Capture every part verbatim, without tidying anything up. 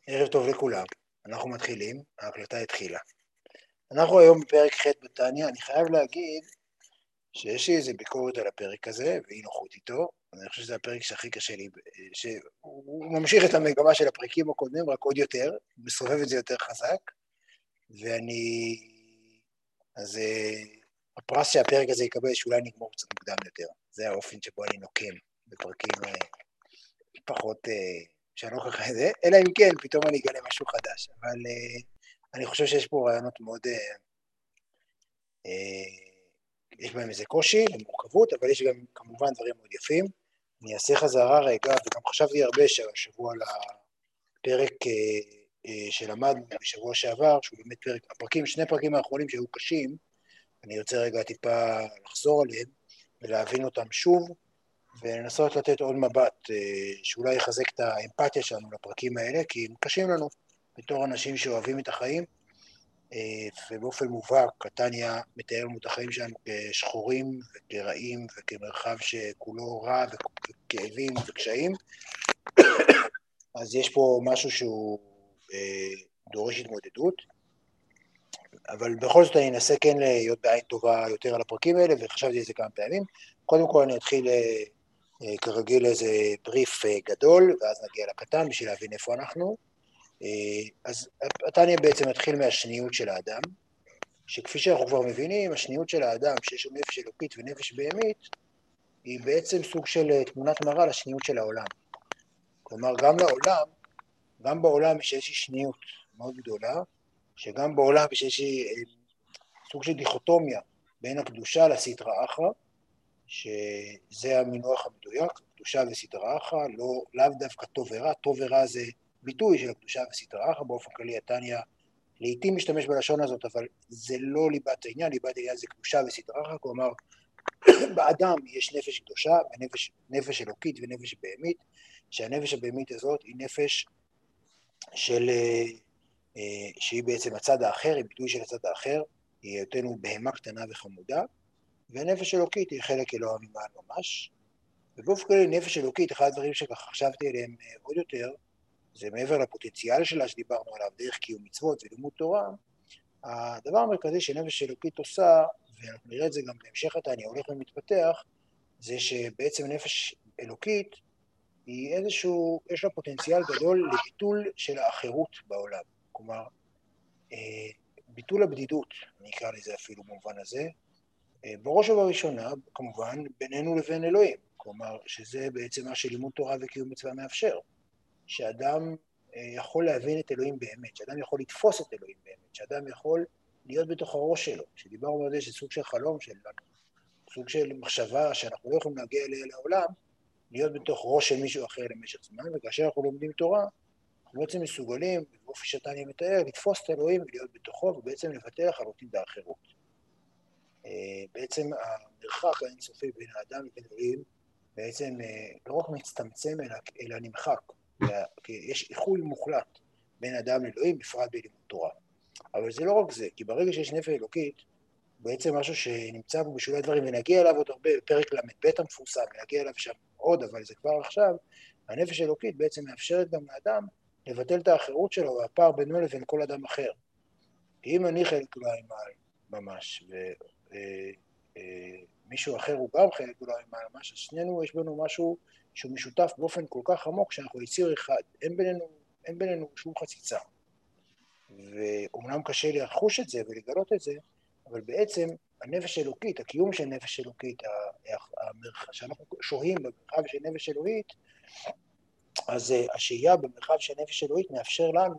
ערב טוב לכולם, אנחנו מתחילים, ההקלטה התחילה. אנחנו היום בפרק ח' בתניא, אני חייב להגיד שיש לי איזה ביקורת על הפרק הזה, ואי נוחות איתו, אני חושב שזה הפרק שהכי קשה לי, שהוא ממשיך את המגמה של הפרקים הקודמים, רק עוד יותר, הוא מסובב את זה יותר חזק, ואני... אז הפרס שהפרק הזה יקבל שאולי נגמור קצת מוקדם יותר, זה האופן שבו אני נוקם בפרקים פחות... שאני לא כל כך זה, אלא אם כן, פתאום אני אגלה משהו חדש, אבל uh, אני חושב שיש פה רעיונות מאוד, uh, uh, יש בהם איזה קושי, למורכבות, אבל יש גם כמובן דברים מאוד יפים. אני אעשה חזרה רגע, וגם חשבתי הרבה שהשבוע על הפרק uh, uh, שלמדנו בשבוע שעבר, שהוא באמת פרק, הפרקים, שני פרקים האחרונים שהיו קשים, אני רוצה רגע טיפה לחזור עליהם, ולהבין אותם שוב, ולנסות לתת עוד מבט שאולי יחזק את האמפתיה שלנו לפרקים האלה, כי הם קשים לנו בתור אנשים שאוהבים את החיים, ובאופן מובהק, התניא מתאר לנו את החיים שלנו כשחורים וכרעים וכמרחב שכולו רע וכאבים וקשיים, אז יש פה משהו שהוא דורש התמודדות, אבל בכל זאת אני אנסה כן להיות בעין טובה יותר על הפרקים האלה, וחשבתי על זה כמה פעמים. קודם כל אני אתחיל כרגיל איזה בריף גדול, ואז נגיע לקטן בשביל להבין איפה אנחנו. אז התניא בעצם מתחיל מהשניות של האדם, שכפי שאנחנו כבר מבינים, השניות של האדם, שיש לו נפש אלוקית ונפש בהמית, היא בעצם סוג של תמונת מראה לשניות של העולם. כלומר, גם לעולם, גם בעולם יש איזושהי שניות מאוד גדולה, שגם בעולם יש איזושהי סוג של דיכוטומיה בין הקדושה לסטרא אחרא, שזה המינוח המדויק, קדושה וסטרא אחרא, לא, לאו דווקא טוב ורע, טוב ורע זה ביטוי של הקדושה וסטרא אחרא, באופן כללי התניא לעתים משתמש בלשון הזאת, אבל זה לא ליבת העניין, ליבת העניין זה קדושה וסטרא אחרא, כלומר, באדם יש נפש קדושה, ונפש, נפש אלוקית ונפש בהמית, שהנפש הבהמית הזאת היא נפש של, שהיא בעצם הצד האחר, היא ביטוי של הצד האחר, היא היותנו בהמה קטנה וחמודה, והנפש אלוקית היא חלק אלוה ממעל ממש, ובאופן כללי נפש אלוקית, אחד הדברים שכך חשבתי עליהם עוד יותר, זה מעבר לפוטנציאל שלה שדיברנו עליו, דרך קיום מצוות ולימוד תורה, הדבר המרכזי שנפש אלוקית עושה, ואנחנו נראה את זה גם בהמשך התניא הולך ומתפתח, זה שבעצם נפש אלוקית היא איזשהו, יש לה פוטנציאל גדול לביטול של האחרות בעולם, כלומר, ביטול הבדידות, אני אקרא לזה אפילו במובן הזה, בראש ובראשונה, כמובן, בינינו לבין אלוהים, כלומר, שזה בעצם מה שלימוד תורה וקיום מצווה מאפשר, שאדם יכול להבין את אלוהים באמת, שאדם יכול לתפוס את אלוהים באמת, שאדם יכול להיות בתוך הראש שלו, שדיברנו על זה שסוג של חלום שלנו, סוג של מחשבה שאנחנו לא יכולים להגיע אליה לעולם, להיות בתוך ראש של מישהו אחר למשך זמן, וכאשר אנחנו לומדים תורה, אנחנו בעצם מסוגלים, באופן שהתניא מתאר, לתפוס את אלוהים ולהיות בתוכו, ובעצם לבטל לחלוטין את האחרות. בעצם המרחק האינסופי בין האדם לבין אלוהים, בעצם לא רק מצטמצם, אלא, אלא נמחק, כי יש איחוי מוחלט בין אדם לאלוהים, בפרט בלימוד תורה. אבל זה לא רק זה, כי ברגע שיש נפש אלוקית, בעצם משהו שנמצא בו בשולי הדברים, ונגיע אליו עוד הרבה, בפרק למד ב' המפורסם, ונגיע אליו שם עוד, אבל זה כבר עכשיו, הנפש האלוקית בעצם מאפשרת גם לאדם לבטל את האחרות שלו, והפער בינו לבין כל אדם אחר. כי אם אני חלק אולי ממש, ומישהו אחר הוא גם חלק אולי ממש, אז שנינו יש בנו משהו שהוא משותף באופן כל כך עמוק, שאנחנו יציר אחד, אין בינינו, אין בינינו שום חציצה. ואומנם קשה לי לחוש את זה ולגלות את זה, אבל בעצם הנפש אלוקית, הקיום של נפש אלוקית, שאנחנו שוהים במרחב של נפש אלוהית, אז השהייה במרחב של נפש אלוהית מאפשר לנו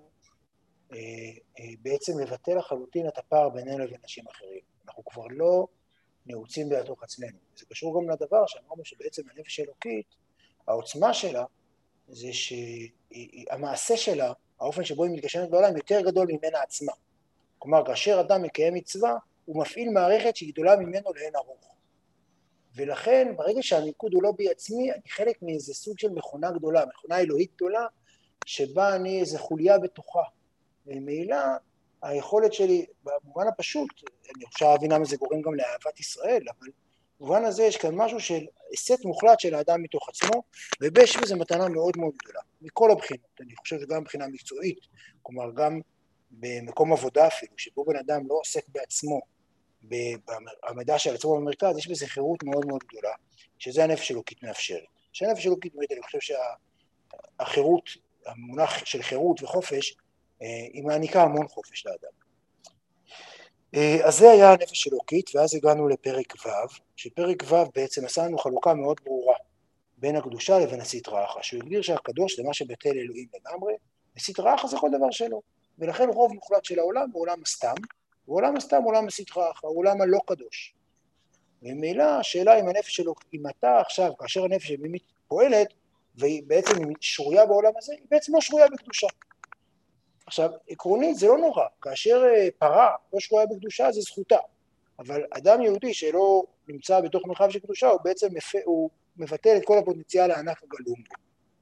בעצם לבטל לחלוטין את הפער בינינו לבין אנשים אחרים. אנחנו כבר לא נעוצים בתוך עצמנו. זה קשור גם לדבר שאמרנו שבעצם הנפש אלוקית, העוצמה שלה, זה שהמעשה שלה, האופן שבו היא מתגשמת בעולם, יותר גדול ממנה עצמה. כלומר, כאשר אדם מקיים מצווה, הוא מפעיל מערכת שהיא גדולה ממנו לאין ארוך. ולכן, ברגע שהמיקוד הוא לא בי עצמי, אני חלק מאיזה סוג של מכונה גדולה, מכונה אלוהית גדולה, שבה אני איזה חוליה בתוכה. וממילא, היכולת שלי, במובן הפשוט, אני חושב להבין למה זה גורם גם לאהבת ישראל, אבל במובן הזה יש כאן משהו של סט מוחלט של האדם מתוך עצמו, ויש בזה מתנה מאוד מאוד גדולה, מכל הבחינות. אני חושב שגם מבחינה מקצועית, כלומר גם במקום עבודה אפילו, שבו בן אדם לא עוסק בעצמו, בעמדה של עצמו במרכז, יש בזה חירות מאוד מאוד גדולה, שזה הנפש אלוקית מאפשרת. שהנפש אלוקית, באמת, אני חושב שהחירות, המונח של חירות וחופש, היא מעניקה המון חופש לאדם. אז זה היה הנפש אלוקית, ואז הגענו לפרק ו', שפרק ו' בעצם עשה לנו חלוקה מאוד ברורה בין הקדושה לבין הסטרא אחרא, שהוא הגדיר שהקדוש זה מה שבטל אלוהים לגמרי, וסטרא אחרא זה כל דבר שלו, ולכן רוב מוחלט של העולם הוא עולם הסתם, ועולם הסתם הוא עולם הסטרא אחרא, הוא עולם הלא קדוש. וממילא השאלה אם הנפש שלו, אם אתה עכשיו, כאשר הנפש באמת פועלת, והיא בעצם שרויה בעולם הזה, היא בעצם לא שרויה בקדושה. עכשיו, עקרונית זה לא נורא, כאשר פרה לא שרויה בקדושה זה זכותה, אבל אדם יהודי שלא נמצא בתוך מרחב של קדושה, הוא בעצם הוא מבטל את כל הפוטנציאל הענק הגלום בו.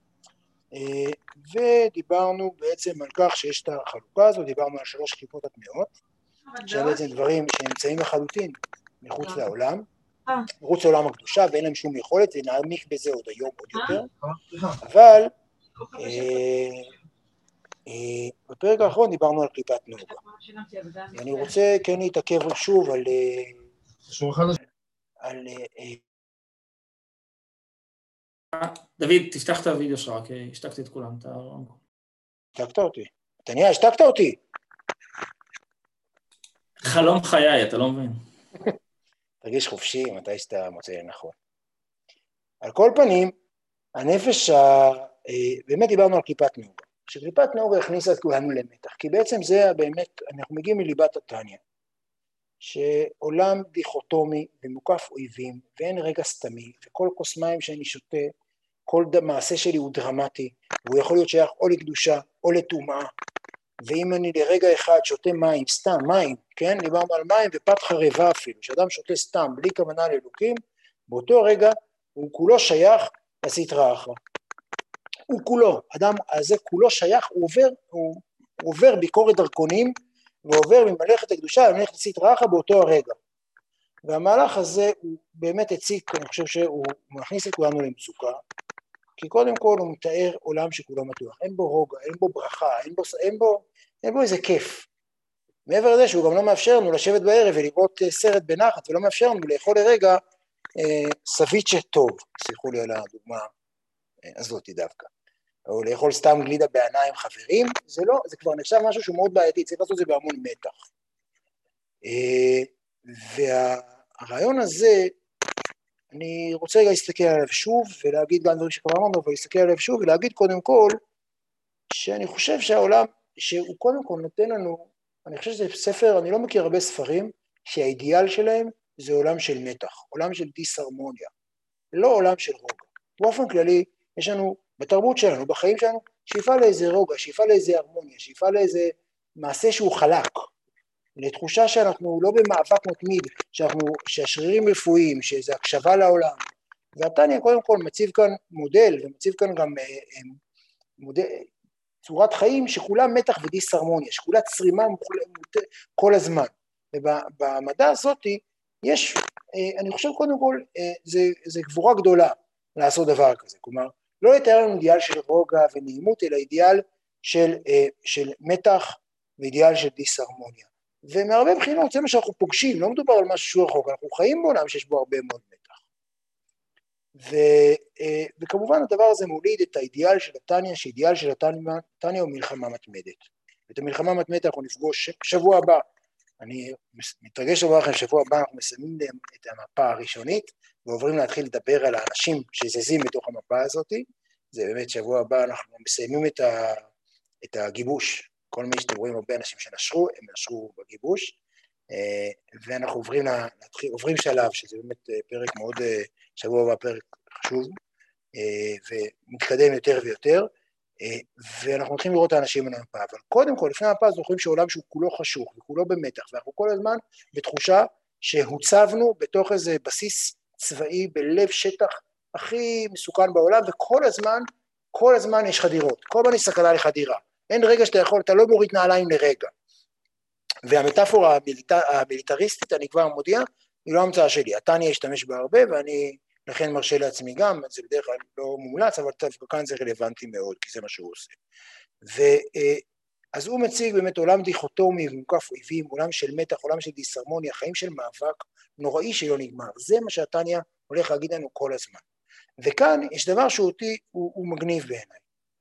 ודיברנו בעצם על כך שיש את החלוקה הזו, דיברנו על שלוש קליפות הטמעות, שהם בעצם דברים שנמצאים לחלוטין מחוץ לעולם, מחוץ לעולם הקדושה, ואין להם שום יכולת, ונעמיק בזה עוד היום עוד יותר, אבל בפרק האחרון דיברנו על קליפת נוגה. אני רוצה כן להתעכב שוב על... על... דוד, תפתח את הוידאו שלך, רק השתקתי את כולם, אתה... השתקת אותי. תניה, השתקת אותי. חלום חיי, אתה לא מבין. תרגיש חופשי מתי שאתה מוצא לנכון. על כל פנים, הנפש, באמת דיברנו על קליפת נוגה. שקליפת נוגה הכניסה את כולנו למתח, כי בעצם זה באמת, אנחנו מגיעים מליבת התניא, שעולם דיכוטומי ומוקף אויבים, ואין רגע סתמי, וכל כוס מים שאני שותה, כל מעשה שלי הוא דרמטי, והוא יכול להיות שייך או לקדושה או לטומאה, ואם אני לרגע אחד שותה מים, סתם מים, כן, דיברנו על מים ופת חרבה אפילו, שאדם שותה סתם בלי כוונה לאלוקים, באותו רגע הוא כולו שייך לסטרא אחרא. הוא כולו, אדם הזה כולו שייך, הוא עובר, הוא, הוא עובר ביקורת דרכונים, ועובר ממלאכת הקדושה למלאכת הסטרא אחרא באותו הרגע. והמהלך הזה הוא באמת הציק, אני חושב שהוא מכניס את כולנו למצוקה, כי קודם כל הוא מתאר עולם שכולו מתוח, אין בו רוגע, אין בו ברכה, אין בו, אין בו, אין בו איזה כיף. מעבר לזה שהוא גם לא מאפשר לנו לשבת בערב ולראות סרט בנחת, ולא מאפשר לנו לאכול לרגע אה, סביצ'ה טוב, סליחו לי על הדוגמה הזאת דווקא. או לאכול סתם גלידה בעיניים עם חברים, זה לא, זה כבר נחשב משהו שהוא מאוד בעייתי, צריך לעשות את זה בהמון מתח. והרעיון הזה, אני רוצה רגע להסתכל עליו שוב, ולהגיד גם דברים שכבר אמרנו, אבל להסתכל עליו שוב, ולהגיד קודם כל, שאני חושב שהעולם, שהוא קודם כל נותן לנו, אני חושב שזה ספר, אני לא מכיר הרבה ספרים, שהאידיאל שלהם זה עולם של מתח, עולם של דיסהרמוניה, לא עולם של רוגע. באופן כללי, יש לנו, בתרבות שלנו, בחיים שלנו, שאיפה לאיזה רוגע, שאיפה לאיזה הרמוניה, שאיפה לאיזה מעשה שהוא חלק, לתחושה שאנחנו לא במאבק מתמיד, שאנחנו, שהשרירים רפואיים, שזה הקשבה לעולם. והתניא קודם כל מציב כאן מודל, ומציב כאן גם מודל, צורת חיים שכולה מתח ודיסהרמוניה, שכולה צרימה מוחלטת כל הזמן. ובמדע הזאת יש, אני חושב קודם כל, זה, זה גבורה גדולה לעשות דבר כזה. כלומר, לא לתאר לנו אידיאל של רוגע ונעימות, אלא אידיאל של, של מתח ואידיאל של דיסהרמוניה. ומהרבה בחינות זה מה שאנחנו פוגשים, לא מדובר על משהו שהוא רחוק, אנחנו חיים בעולם שיש בו הרבה מאוד מתח. ו, וכמובן הדבר הזה מוליד את האידיאל של התניא, שאידיאל של התניא הוא מלחמה מתמדת. את המלחמה המתמדת אנחנו נפגוש שבוע הבא, אני מתרגש לומר לכם, שבוע הבא אנחנו מסיימים את המפה הראשונית, ועוברים להתחיל לדבר על האנשים שזזים בתוך המפה הזאת, זה באמת שבוע הבא אנחנו מסיימים את, ה, את הגיבוש, כל מי שאתם רואים הרבה אנשים שנשרו, הם נשרו בגיבוש, ואנחנו עוברים, להתחיל, עוברים שלב, שזה באמת פרק מאוד, שבוע הבא פרק חשוב, ומתקדם יותר ויותר, ואנחנו מתחילים לראות את האנשים על המפה, אבל קודם כל, לפני המפה, זוכרים שעולם שהוא כולו חשוך, וכולו במתח, ואנחנו כל הזמן בתחושה שהוצבנו בתוך איזה בסיס צבאי, בלב שטח הכי מסוכן בעולם, וכל הזמן, כל הזמן יש חדירות, כל הזמן יש סכנה לחדירה, אין רגע שאתה יכול, אתה לא מוריד נעליים לרגע. והמטאפורה המיליטר, המיליטריסטית, אני כבר מודיע, היא לא המצאה שלי, התניא ישתמש בה הרבה, ואני לכן מרשה לעצמי גם, זה בדרך כלל לא מומלץ, אבל כאן זה רלוונטי מאוד, כי זה מה שהוא עושה. ואז הוא מציג באמת עולם דיכוטומי ומוקף אויבים, עולם של מתח, עולם של דיסהרמוניה, חיים של מאבק נוראי שלא נגמר, זה מה שהתניא הולך להגיד לנו כל הזמן. וכאן יש דבר שאותי הוא, הוא מגניב בעיניי,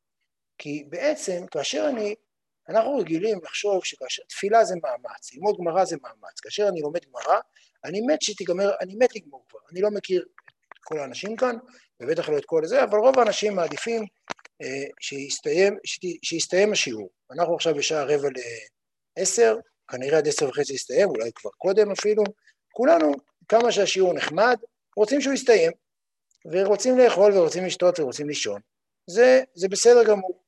כי בעצם כאשר אני, אנחנו רגילים לחשוב שכאשר תפילה זה מאמץ, ללמוד גמרא זה מאמץ, כאשר אני לומד גמרא, אני מת שתיגמר, אני מת לגמור כבר, אני לא מכיר את כל האנשים כאן, ובטח לא את כל זה, אבל רוב האנשים מעדיפים אה, שיסתיים, שיסתיים השיעור. אנחנו עכשיו בשעה רבע לעשר, כנראה עד עשר וחצי יסתיים, אולי כבר קודם אפילו, כולנו, כמה שהשיעור נחמד, רוצים שהוא יסתיים, ורוצים לאכול ורוצים לשתות ורוצים לישון, זה, זה בסדר גמור.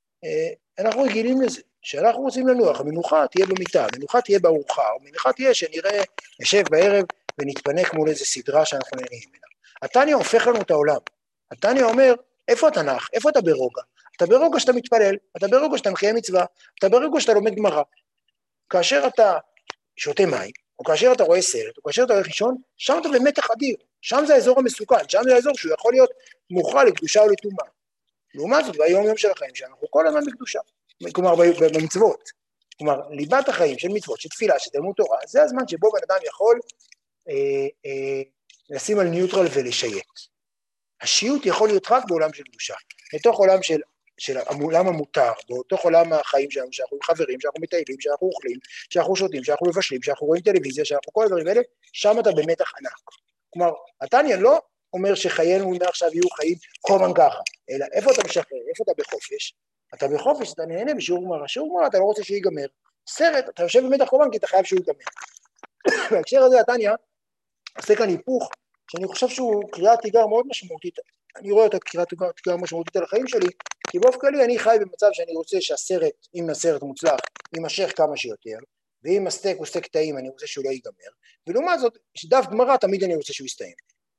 אנחנו רגילים לזה, שאנחנו רוצים לנוח, המנוחה תהיה במיטה, המנוחה תהיה בארוחה, המנוחה תהיה שנראה, נשב בערב ונתפנק מול איזו סדרה שאנחנו נהנים ממנה. התניא הופך לנו את העולם, התניא אומר, איפה אתה נח, איפה אתה ברוגע? אתה ברוגע שאתה מתפלל, אתה ברוגע שאתה מקיים מצווה, אתה ברוגע שאתה לומד גמרא. כאשר אתה שותה מים, או כאשר אתה רואה סרט, או כאשר אתה הולך לישון, שם אתה במתח אדיר, שם זה האזור המסוכן, שם זה האזור שהוא יכול להיות מוכרע לקדושה או לטומאה. לעומת זאת, ביום יום של החיים שאנחנו כל הזמן בקדושה, כלומר במצוות, כלומר ליבת החיים של מצוות, של תפילה, של תלמוד תורה, זה הזמן שבו בן אדם יכול אה, אה, לשים על ניוטרל ולשייט. השיוט יכול להיות רק בעולם של קדושה, לתוך עולם של, של העולם המותר, בתוך עולם החיים שלנו, שאנחנו עם חברים, שאנחנו מטיילים, שאנחנו אוכלים, שאנחנו שותים, שאנחנו מבשלים, שאנחנו רואים טלוויזיה, שאנחנו כל הדברים האלה, שם אתה במתח ענק. כלומר, התניא לא אומר שחיינו מעכשיו יהיו חיים כל הזמן ככה, אלא איפה אתה משחרר, איפה אתה בחופש, אתה בחופש, אתה נהנה בשיעור גמרא, שיעור גמרא אתה לא רוצה שיגמר, סרט, אתה יושב במתח כל הזמן כי אתה חייב שהוא יגמר. בהקשר הזה התניא עושה כאן היפוך, שאני חושב שהוא קריאת תיגר מאוד משמעותית, אני רואה את קריאת תיגר משמעותית על החיים שלי, כי באופן כללי אני חי במצב שאני רוצה שהסרט, אם הסרט מוצלח, יימשך כמה שיותר, ואם הסטייק הוא סטייק טעים, אני רוצה שהוא לא ייגמר, ולעומת זאת, שדף גמרא תמיד אני רוצה שהוא יסתיים.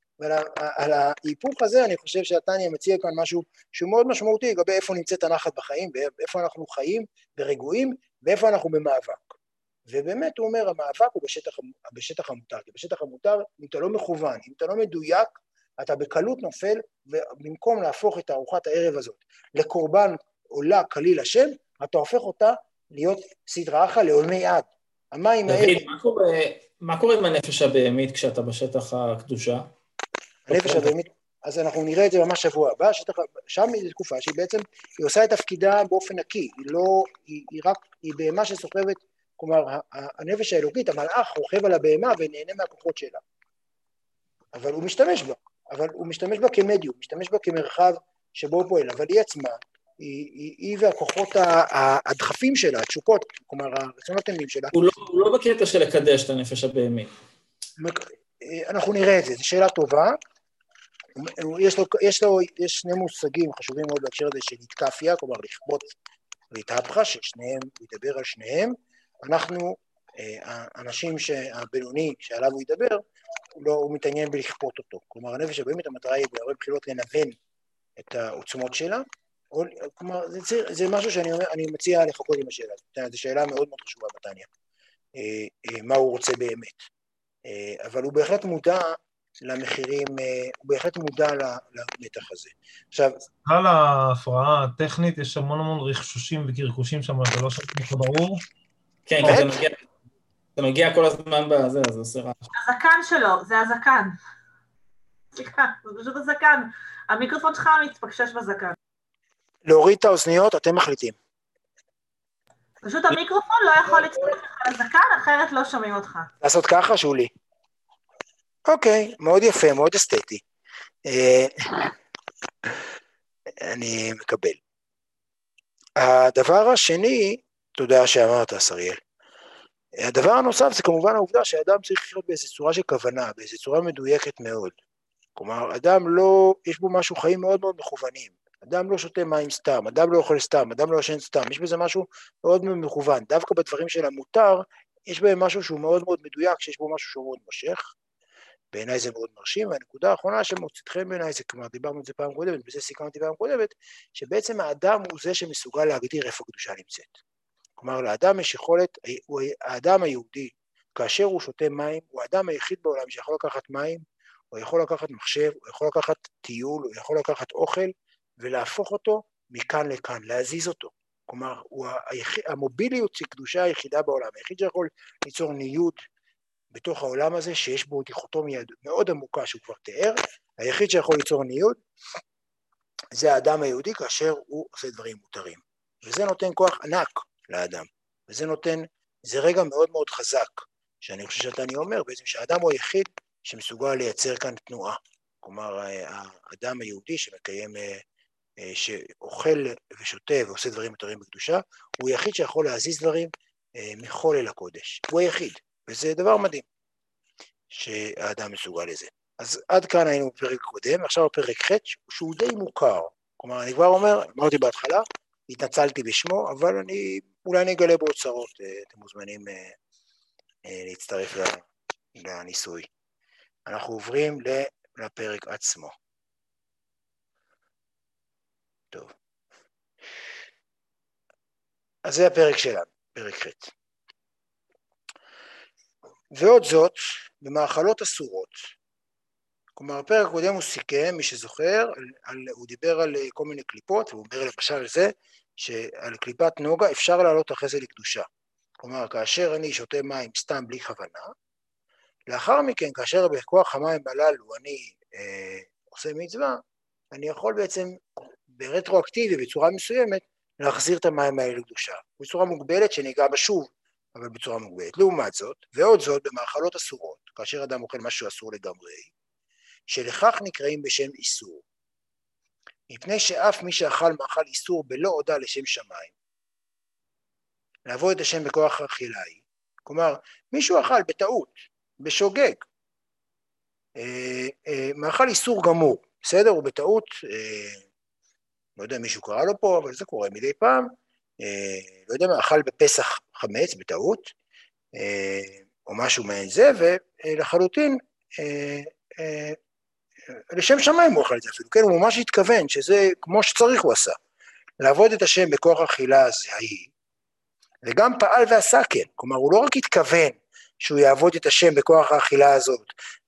ועל ההיפוך הזה אני חושב שהתניא מציע כאן משהו שהוא מאוד משמעותי לגבי איפה נמצאת הנחת בחיים, ואיפה אנחנו חיים ורגועים, ואיפה אנחנו במאבק. ובאמת הוא אומר, המאבק הוא בשטח, בשטח המותר, כי בשטח המותר, אם אתה לא מכוון, אם אתה לא מדויק, אתה בקלות נופל, ובמקום להפוך את ארוחת הערב הזאת לקורבן עולה כליל השם, אתה הופך אותה להיות סדרה אחת לעולמי עד. המים האלה... דוד, מה קורה, מה קורה עם הנפש הבהמית כשאתה בשטח הקדושה? הנפש הבהמית, אז אנחנו נראה את זה ממש שבוע הבא, שטח, שם היא תקופה שהיא בעצם, היא עושה את תפקידה באופן נקי, היא לא, היא, היא רק, היא בהמה שסוחבת, כלומר, הנפש האלוקית, המלאך רוכב על הבהמה ונהנה מהכוחות שלה. אבל הוא משתמש בה, אבל הוא משתמש בה כמדיום, משתמש בה כמרחב שבו הוא פועל, אבל היא עצמה, היא, היא, היא והכוחות הדחפים שלה, התשוקות, כלומר, הרצונות הנמים שלה. הוא לא, הוא לא בקטע של לקדש את הנפש הבהמית. אנחנו נראה את זה, זו שאלה טובה. יש לו, יש לו, יש שני מושגים חשובים מאוד בהקשר הזה של התקפיה, כלומר לכפות להתהפכה, ששניהם, הוא ידבר על שניהם. אנחנו, האנשים הבינוני שעליו הוא ידבר, הוא, לא, הוא מתעניין בלכפות אותו. כלומר, הנפש הבהמית, המטרה היא בהרבה בחילות לנוון את העוצמות שלה. או, כלומר, זה, זה משהו שאני אומר, אני מציע לחכות עם השאלה. זו שאלה מאוד מאוד חשובה בתניא. מה הוא רוצה באמת. אבל הוא בהחלט מודע למחירים, הוא בהחלט מודע למתח הזה. עכשיו... על ההפרעה הטכנית יש המון המון רכשושים וקרקושים שם, זה לא שם ברור? כן, כי זה מגיע, זה מגיע כל הזמן בזה, זה עושה רעש. הזקן שלו, זה הזקן. סליחה, זה פשוט הזקן. המיקרופון שלך מתפקשש בזקן. להוריד את האוזניות, אתם מחליטים. פשוט המיקרופון לא יכול לצפות לך לזקן, אחרת לא שומעים אותך. לעשות ככה, שולי. אוקיי, מאוד יפה, מאוד אסתטי. אני מקבל. הדבר השני, תודה שאמרת, שריאל. הדבר הנוסף זה כמובן העובדה שהאדם צריך לחיות באיזו צורה של כוונה, באיזו צורה מדויקת מאוד. כלומר, אדם לא, יש בו משהו חיים מאוד מאוד מכוונים. אדם לא שותה מים סתם, אדם לא אוכל סתם, אדם לא ישן סתם, יש בזה משהו מאוד מאוד מכוון. דווקא בדברים של המותר, יש בהם משהו שהוא מאוד מאוד מדויק, שיש בו משהו שהוא מאוד מושך. בעיניי זה מאוד מרשים, והנקודה האחרונה שמוצאת חן בעיניי, זה כלומר, דיברנו את זה פעם קודמת, בזה סיכמתי פעם קודמת, שבעצם האדם הוא זה שמסוגל להגדיר איפה קדושה נמצאת. כלומר, לאדם יש יכולת, האדם היהודי, כאשר הוא שותה מים, הוא האדם היחיד בעולם שיכול לקחת מים, הוא יכול לקחת מחשב, הוא יכול לקחת טיול, הוא יכול לקחת אוכל, ולהפוך אותו מכאן לכאן, להזיז אותו. כלומר, הוא היחיד, המוביליות היא קדושה היחידה בעולם, היחיד שיכול ליצור ניוד בתוך העולם הזה, שיש בו דיכוטומיה מאוד עמוקה שהוא כבר תיאר, היחיד שיכול ליצור ניוד, זה האדם היהודי כאשר הוא עושה דברים מותרים. וזה נותן כוח ענק לאדם, וזה נותן, זה רגע מאוד מאוד חזק, שאני חושב שאתה אני אומר, בעצם שהאדם הוא היחיד שמסוגל לייצר כאן תנועה. כלומר, האדם היהודי שמקיים, שאוכל ושותה ועושה דברים מותרים בקדושה, הוא היחיד שיכול להזיז דברים מחול אל הקודש. הוא היחיד, וזה דבר מדהים, שהאדם מסוגל לזה. אז עד כאן היינו בפרק קודם, עכשיו בפרק ח' שהוא די מוכר. כלומר, אני כבר אומר, אמרתי בהתחלה, התנצלתי בשמו, אבל אני, אולי אני אגלה באוצרות, אתם מוזמנים להצטרף לניסוי. אנחנו עוברים לפרק עצמו. טוב. אז זה הפרק שלנו, פרק ח'. ועוד זאת, במאכלות אסורות, כלומר, הפרק הקודם הוא סיכם, מי שזוכר, על, על, הוא דיבר על כל מיני קליפות, והוא אומר למשל על זה, שעל קליפת נוגה אפשר לעלות אחרי זה לקדושה. כלומר, כאשר אני שותה מים סתם בלי כוונה, לאחר מכן, כאשר בכוח המים הללו אני אה, עושה מצווה, אני יכול בעצם ברטרואקטיבי, בצורה מסוימת, להחזיר את המים האלה לקדושה. בצורה מוגבלת שניגע בה שוב, אבל בצורה מוגבלת. לעומת זאת, ועוד זאת, במאכלות אסורות, כאשר אדם אוכל משהו אסור לגמרי, שלכך נקראים בשם איסור. מפני שאף מי שאכל מאכל איסור בלא הודע לשם שמיים, לעבוד את השם בכוח האכילה היא, כלומר, מישהו אכל בטעות, בשוגג, אה, אה, מאכל איסור גמור, בסדר? הוא בטעות, אה, לא יודע מישהו קרא לו פה, אבל זה קורה מדי פעם, אה, לא יודע מה, אכל בפסח חמץ בטעות, אה, או משהו מעין זה, ולחלוטין, אה, אה, לשם שמיים הוא אכל את זה אפילו, כן, הוא ממש התכוון שזה כמו שצריך הוא עשה, לעבוד את השם בכוח האכילה הזה ההיא, וגם פעל ועשה כן, כלומר הוא לא רק התכוון שהוא יעבוד את השם בכוח האכילה הזאת,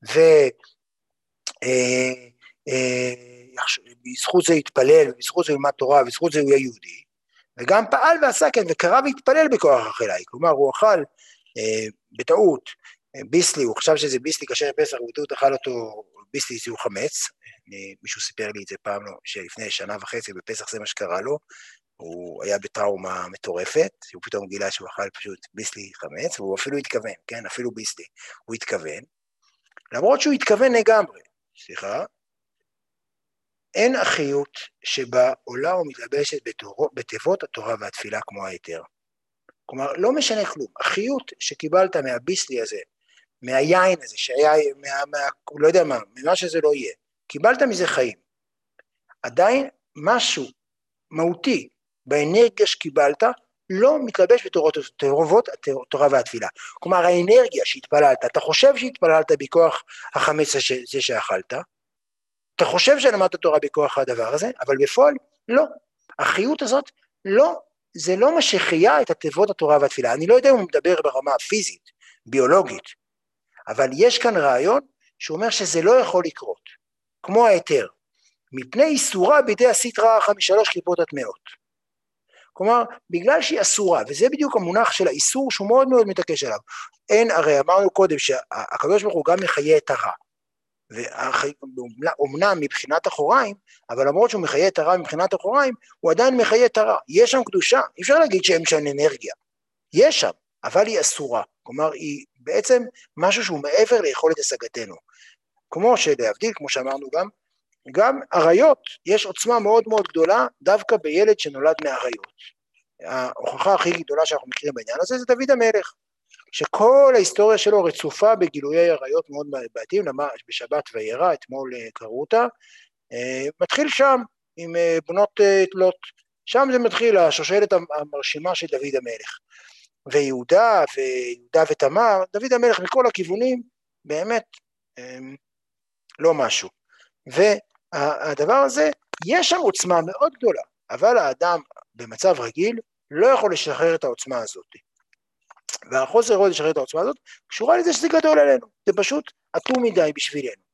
ובזכות זה יתפלל, ובזכות זה ילמד תורה, ובזכות זה הוא יהיה יהודי, וגם פעל ועשה כן, וקרא והתפלל בכוח האכילה, כלומר הוא אכל אה, בטעות, ביסלי, הוא חשב שזה ביסלי כאשר פסח, הוא בטעות אכל אותו ביסלי שהוא חמץ, מישהו סיפר לי את זה פעם, שלפני שנה וחצי בפסח זה מה שקרה לו, הוא היה בטראומה מטורפת, הוא פתאום גילה שהוא אכל פשוט ביסלי חמץ, והוא אפילו התכוון, כן, אפילו ביסלי, הוא התכוון, למרות שהוא התכוון לגמרי, סליחה, אין אחיות שבה עולה ומתלבשת בתיבות התורה והתפילה כמו היתר. כלומר, לא משנה כלום, אחיות שקיבלת מהביסלי הזה, מהיין הזה, שהיה, מה, מה, לא יודע מה, ממה שזה לא יהיה, קיבלת מזה חיים. עדיין משהו מהותי באנרגיה שקיבלת, לא מתלבש בתורות התורה והתפילה. כלומר, האנרגיה שהתפללת, אתה חושב שהתפללת בכוח החמץ הזה שאכלת, אתה חושב שלמדת תורה בכוח הדבר הזה, אבל בפועל לא. החיות הזאת לא, זה לא משחייה את התיבות התורה והתפילה. אני לא יודע אם הוא מדבר ברמה הפיזית, ביולוגית, אבל יש כאן רעיון שאומר שזה לא יכול לקרות, כמו ההיתר, מפני איסורה בידי הסטרא אחא משלוש קליפות הטמאות. כלומר, בגלל שהיא אסורה, וזה בדיוק המונח של האיסור שהוא מאוד מאוד מתעקש עליו. אין, הרי אמרנו קודם שהקדוש ברוך הוא גם מחיה את הרע, ואומנם מבחינת אחוריים, אבל למרות שהוא מחיה את הרע מבחינת אחוריים, הוא עדיין מחיה את הרע. יש שם קדושה, אי אפשר להגיד שאין שם אנרגיה, יש שם, אבל היא אסורה, כלומר היא בעצם משהו שהוא מעבר ליכולת השגתנו. כמו שלהבדיל, כמו שאמרנו גם, גם עריות, יש עוצמה מאוד מאוד גדולה, דווקא בילד שנולד מעריות. ההוכחה הכי גדולה שאנחנו מכירים בעניין הזה, זה דוד המלך, שכל ההיסטוריה שלו רצופה בגילויי עריות מאוד בעייתיים, בשבת וירא, אתמול קראו אותה, מתחיל שם עם בנות תלות, שם זה מתחיל השושלת המרשימה של דוד המלך, ויהודה ויהודה ותמר, דוד המלך מכל הכיוונים, באמת לא משהו. והדבר הזה, יש שם עוצמה מאוד גדולה, אבל האדם במצב רגיל לא יכול לשחרר את העוצמה הזאת. והחוסר יכולת לשחרר את העוצמה הזאת, קשורה לזה שזה גדול עלינו, זה פשוט אטום מדי בשבילנו.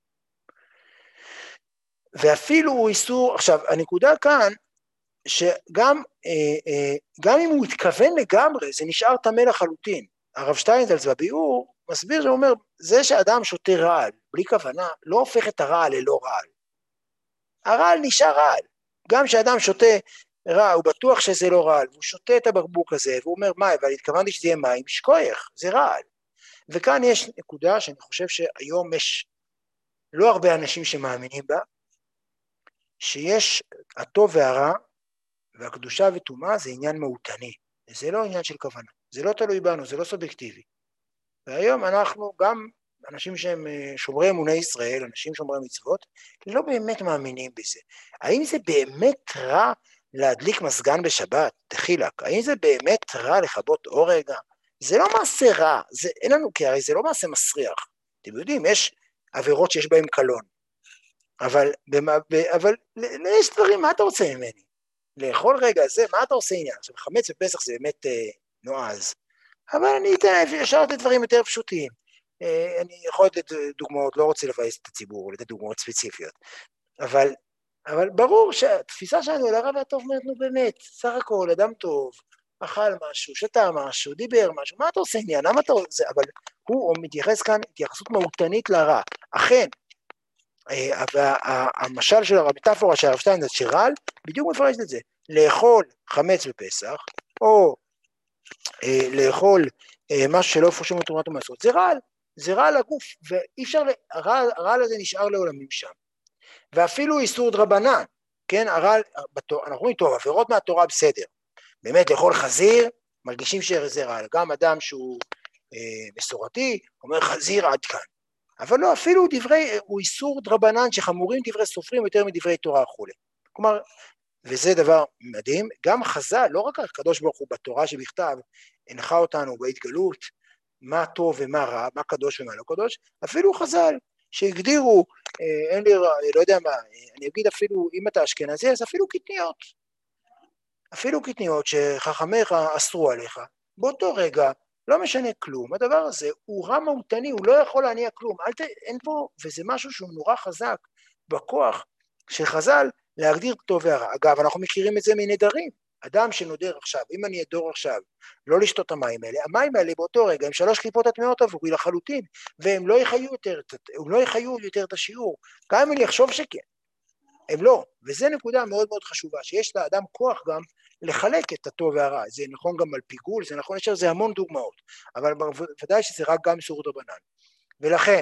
ואפילו הוא איסור, עכשיו, הנקודה כאן, שגם אה, אה, גם אם הוא התכוון לגמרי, זה נשאר תמה לחלוטין. הרב שטיינזלץ בביאור מסביר שאומר, זה שאדם שותה רעל, בלי כוונה, לא הופך את הרעל ללא רעל. הרעל נשאר רעל. גם שאדם שותה רעל, הוא בטוח שזה לא רעל, והוא שותה את הבקבוק הזה, והוא אומר, מה, אבל התכוונתי שזה יהיה מים, שכוח, זה רעל. וכאן יש נקודה שאני חושב שהיום יש לא הרבה אנשים שמאמינים בה, שיש הטוב והרע, והקדושה וטומאה זה עניין מהותני, זה לא עניין של כוונה, זה לא תלוי בנו, זה לא סובייקטיבי. והיום אנחנו גם אנשים שהם שומרי אמוני ישראל, אנשים שומרי מצוות, לא באמת מאמינים בזה. האם זה באמת רע להדליק מזגן בשבת, דחילק? האם זה באמת רע לכבות אור רגע? זה לא מעשה רע, זה, אין לנו, כי הרי זה לא מעשה מסריח. אתם יודעים, יש עבירות שיש בהן קלון, אבל, אבל יש דברים, מה אתה רוצה ממני? לאכול רגע זה, מה אתה עושה עניין? עכשיו, חמץ בפסח זה באמת אה, נועז, אבל אני אתן, אפשר לתת דברים יותר פשוטים. אה, אני יכול לתת דוגמאות, לא רוצה לבאס את הציבור, לתת דוגמאות ספציפיות, אבל, אבל ברור שהתפיסה שלנו על הרע והטוב אומרת, נו באמת, סך הכל, אדם טוב, אכל משהו, שתה משהו, דיבר משהו, מה אתה עושה עניין? למה אתה עושה? אבל הוא מתייחס כאן התייחסות מהותנית לרע. אכן, והמשל של המטאפורה של הרב שטיינזלץ שרעל, בדיוק מפרש את זה, לאכול חמץ בפסח, או אה, לאכול אה, משהו שלא פרשו מתרומת ומעשרות, זה רעל, זה רעל הגוף, ואי אפשר, הרעל, הרעל הזה נשאר לעולמים שם, ואפילו איסור דרבנן, כן, הרעל, אנחנו רואים טוב, עבירות מהתורה בסדר, באמת לאכול חזיר, מרגישים שזה רעל, גם אדם שהוא אה, מסורתי, אומר חזיר עד כאן, אבל לא, אפילו דברי, הוא איסור דרבנן שחמורים דברי סופרים יותר מדברי תורה וכולי. כלומר, וזה דבר מדהים, גם חז"ל, לא רק הקדוש ברוך הוא בתורה שבכתב, הנחה אותנו בהתגלות, מה טוב ומה רע, מה קדוש ומה לא קדוש, אפילו חז"ל שהגדירו, אה, אין לי, לא יודע מה, אני אגיד אפילו, אם אתה אשכנזי, אז אפילו קטניות, אפילו קטניות שחכמיך אסרו עליך, באותו רגע, לא משנה כלום, הדבר הזה הוא רע מהותני, הוא לא יכול להניע כלום, אל ת... אין פה, וזה משהו שהוא נורא חזק בכוח של חז"ל להגדיר טוב והרע. אגב, אנחנו מכירים את זה מנדרים, אדם שנודר עכשיו, אם אני אדור עכשיו, לא לשתות את המים האלה, המים האלה באותו רגע הם שלוש קליפות הטמאות עבורי לחלוטין, והם לא יחיו יותר, הם לא יחיו יותר את השיעור, גם אם אני אחשוב שכן, הם לא, וזה נקודה מאוד מאוד חשובה, שיש לאדם כוח גם לחלק את הטוב והרע, זה נכון גם על פיגול, זה נכון, יש לזה המון דוגמאות, אבל ודאי שזה רק גם איסור דרבנן, ולכן,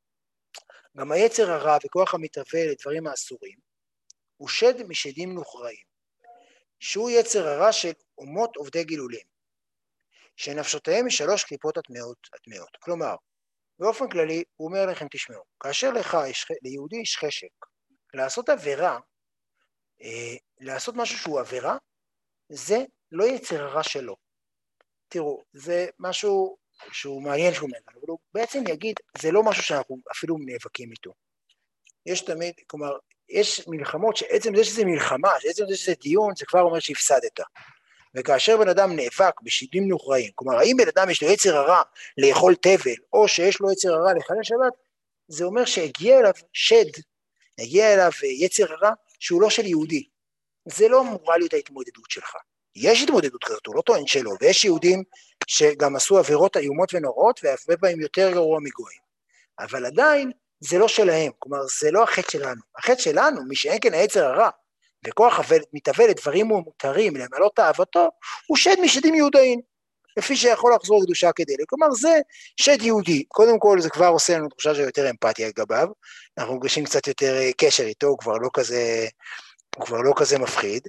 גם היצר הרע וכוח המתהווה לדברים האסורים, הוא שד משדים נוכרעים, שהוא יצר הרע של אומות עובדי גילולים, שנפשותיהם משלוש קליפות הטמאות, הטמאות, כלומר, באופן כללי, הוא אומר לכם, תשמעו, כאשר לך, ליהודי יש חשק, לעשות עבירה, אה, לעשות משהו שהוא עבירה, זה לא יצר הרע שלו. תראו, זה משהו שהוא מעניין שהוא מעניין, אבל הוא בעצם יגיד, זה לא משהו שאנחנו אפילו נאבקים איתו. יש תמיד, כלומר, יש מלחמות שעצם זה שזה מלחמה, שעצם זה שזה דיון, זה כבר אומר שהפסדת. וכאשר בן אדם נאבק בשידים נוכרעים, כלומר, האם בן אדם יש לו יצר הרע לאכול תבל, או שיש לו יצר הרע לחלל שבת, זה אומר שהגיע אליו שד, הגיע אליו יצר הרע שהוא לא של יהודי. זה לא אמורה להיות ההתמודדות שלך. יש התמודדות כזאת, הוא לא טוען שלו, ויש יהודים שגם עשו עבירות איומות ונוראות, והרבה בהם יותר גרוע מגויים. אבל עדיין זה לא שלהם, כלומר זה לא החטא שלנו. החטא שלנו, מי שאין כן היצר הרע, וכוח מתהווה לדברים מותרים, למלות אהבתו, הוא שד משדים יהודאים, לפי שיכול לחזור קדושה כדי. כלומר זה שד יהודי, קודם כל זה כבר עושה לנו תחושה של יותר אמפתיה לגביו, אנחנו מגשים קצת יותר קשר איתו, הוא כבר לא כזה, הוא כבר לא כזה מפחיד,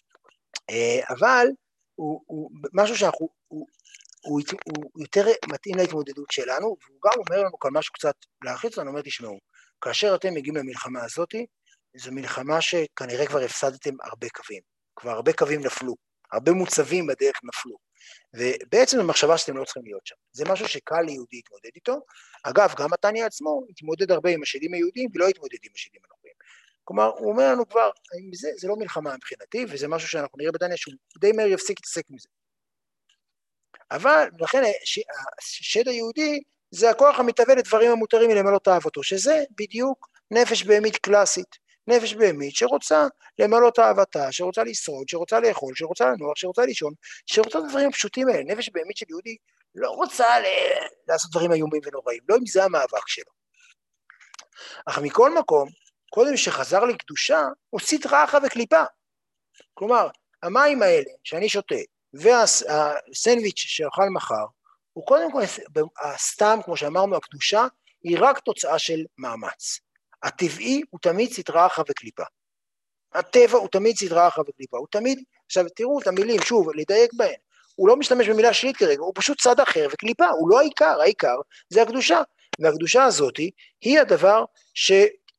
אבל הוא, הוא משהו שאנחנו, הוא, הוא, הוא יותר מתאים להתמודדות שלנו, והוא גם אומר לנו כל משהו קצת להחיץ לנו, אומר תשמעו, כאשר אתם מגיעים למלחמה הזאת, זו מלחמה שכנראה כבר הפסדתם הרבה קווים, כבר הרבה קווים נפלו, הרבה מוצבים בדרך נפלו, ובעצם המחשבה שאתם לא צריכים להיות שם, זה משהו שקל ליהודי להתמודד איתו, אגב גם מתניה עצמו התמודד הרבה עם השדים היהודים ולא התמודד עם השדים הנוכרים, כלומר הוא אומר לנו כבר, זה, זה לא מלחמה מבחינתי, וזה משהו שאנחנו נראה בתניה שהוא די מהר יפסיק להתעסק מזה. אבל לכן השד היהודי זה הכוח המתהווה לדברים המותרים למלא תאוותו, שזה בדיוק נפש בהמית קלאסית, נפש בהמית שרוצה למלא תאוותה, שרוצה לשרוד, שרוצה לאכול, שרוצה לנוח, שרוצה לישון, שרוצה את הדברים הפשוטים האלה. נפש בהמית של יהודי לא רוצה ל... לעשות דברים איומים ונוראים, לא אם זה המאבק שלו. אך מכל מקום, קודם שחזר לקדושה, הוא סטרא אחרא וקליפה. כלומר, המים האלה שאני שותה, והסנדוויץ' שאוכל מחר, הוא קודם כל, הסתם, כמו שאמרנו, הקדושה, היא רק תוצאה של מאמץ. הטבעי הוא תמיד סטרא אחרא וקליפה. הטבע הוא תמיד סטרא אחרא וקליפה. הוא תמיד, עכשיו תראו את המילים, שוב, לדייק בהן. הוא לא משתמש במילה שלילית כרגע, הוא פשוט צד אחר וקליפה, הוא לא העיקר, העיקר זה הקדושה. והקדושה הזאת היא הדבר ש,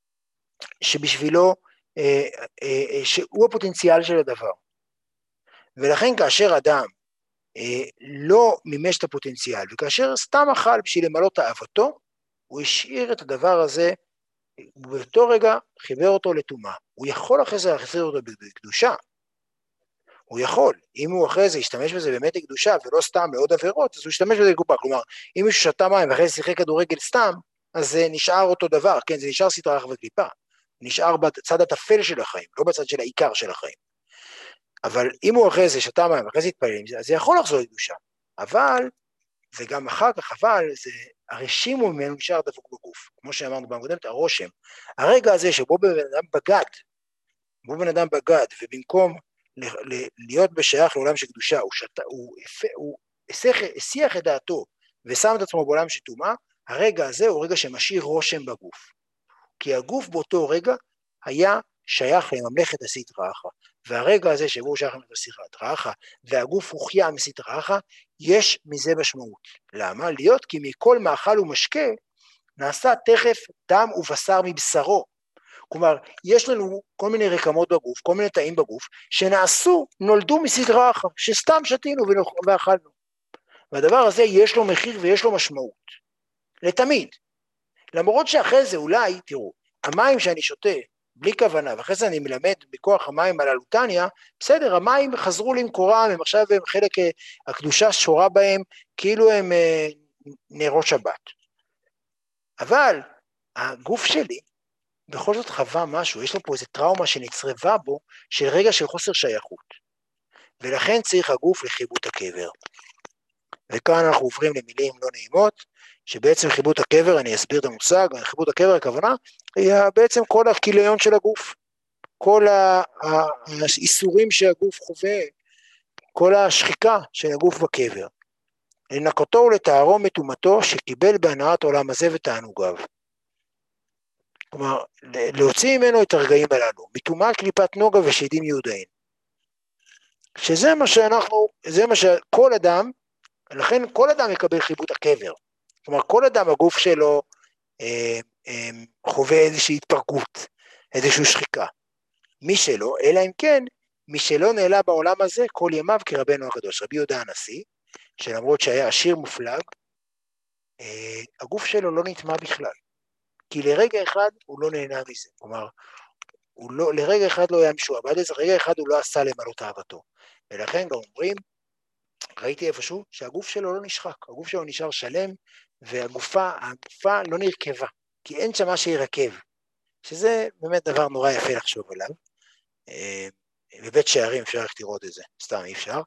שבשבילו, אה, אה, אה, שהוא הפוטנציאל של הדבר. ולכן כאשר אדם אה, לא מימש את הפוטנציאל, וכאשר סתם אכל בשביל למלא תאוותו, הוא השאיר את הדבר הזה, ובאותו רגע חיבר אותו לטומאה. הוא יכול אחרי זה להחזיר אותו בקדושה. הוא יכול. אם הוא אחרי זה ישתמש בזה באמת לקדושה, ולא סתם לעוד עבירות, אז הוא ישתמש בזה לקופה. כלומר, אם מישהו שתה מים ואחרי זה שיחק כדורגל סתם, אז זה נשאר אותו דבר. כן, זה נשאר סטרא אחרא וקליפה. נשאר בצד הטפל של החיים, לא בצד של העיקר של החיים. אבל אם הוא אחרי זה שתה מים ואחרי זה יתפלל, אז זה יכול לחזור לקדושה. אבל, וגם אחר כך, אבל, זה הרשים ממנו נשאר דבוק בגוף. כמו שאמרנו במקודם, הרושם. הרגע הזה שבו בן אדם בגד, בו בן אדם בגד, ובמקום להיות בשייך לעולם של קדושה, הוא, שת, הוא, הוא הסיח את דעתו ושם את עצמו בעולם של טומאה, הרגע הזה הוא רגע שמשאיר רושם בגוף. כי הגוף באותו רגע היה שייך לממלכת הסטרא אחרא, והרגע הזה שבו הוא שייך לממלכת הסטרא אחרא, והגוף הוחיה מסטרא אחרא, יש מזה משמעות. למה? להיות כי מכל מאכל ומשקה נעשה תכף דם ובשר מבשרו. כלומר, יש לנו כל מיני רקמות בגוף, כל מיני תאים בגוף, שנעשו, נולדו מסטרא אחרא, שסתם שתינו ואכלנו. והדבר הזה יש לו מחיר ויש לו משמעות. לתמיד. למרות שאחרי זה אולי, תראו, המים שאני שותה בלי כוונה, ואחרי זה אני מלמד בכוח המים על אלוטניה, בסדר, המים חזרו למקורם, הם עכשיו הם חלק, הקדושה שורה בהם, כאילו הם נרות שבת. אבל הגוף שלי, בכל זאת חווה משהו, יש לו פה איזו טראומה שנצרבה בו, של רגע של חוסר שייכות. ולכן צריך הגוף לחיבוט הקבר. וכאן אנחנו עוברים למילים לא נעימות, שבעצם חיבוט הקבר, אני אסביר את המושג, חיבוט הקבר הכוונה, היא בעצם כל הכיליון של הגוף, כל האיסורים שהגוף חווה, כל השחיקה של הגוף בקבר. לנקותו ולטהרו מטומאתו שקיבל בהנאת עולם הזה ותענוגיו. כלומר, להוציא ממנו את הרגעים הללו, מטומאת קליפת נוגה ושדים יהודאים. שזה מה שאנחנו, זה מה שכל אדם, לכן כל אדם יקבל חיבוט הקבר. כלומר, כל אדם, הגוף שלו אה, אה, חווה איזושהי התפרקות, איזושהי שחיקה. מי שלא, אלא אם כן, מי שלא נעלה בעולם הזה, כל ימיו כרבנו הקדוש. רבי יהודה הנשיא, שלמרות שהיה עשיר מופלג, אה, הגוף שלו לא נטמע בכלל. כי לרגע אחד הוא לא נהנה מזה. כלומר, הוא לא, לרגע אחד לא היה משועבד לזה, לרגע אחד הוא לא עשה למלא תאוותו. ולכן גם אומרים, ראיתי איפשהו שהגוף שלו לא נשחק, הגוף שלו נשאר שלם, והגופה, הגופה לא נרכבה, כי אין שם מה שירכב, שזה באמת דבר נורא יפה לחשוב עליו. בבית שערים אפשר איך לראות את זה, סתם אי אפשר,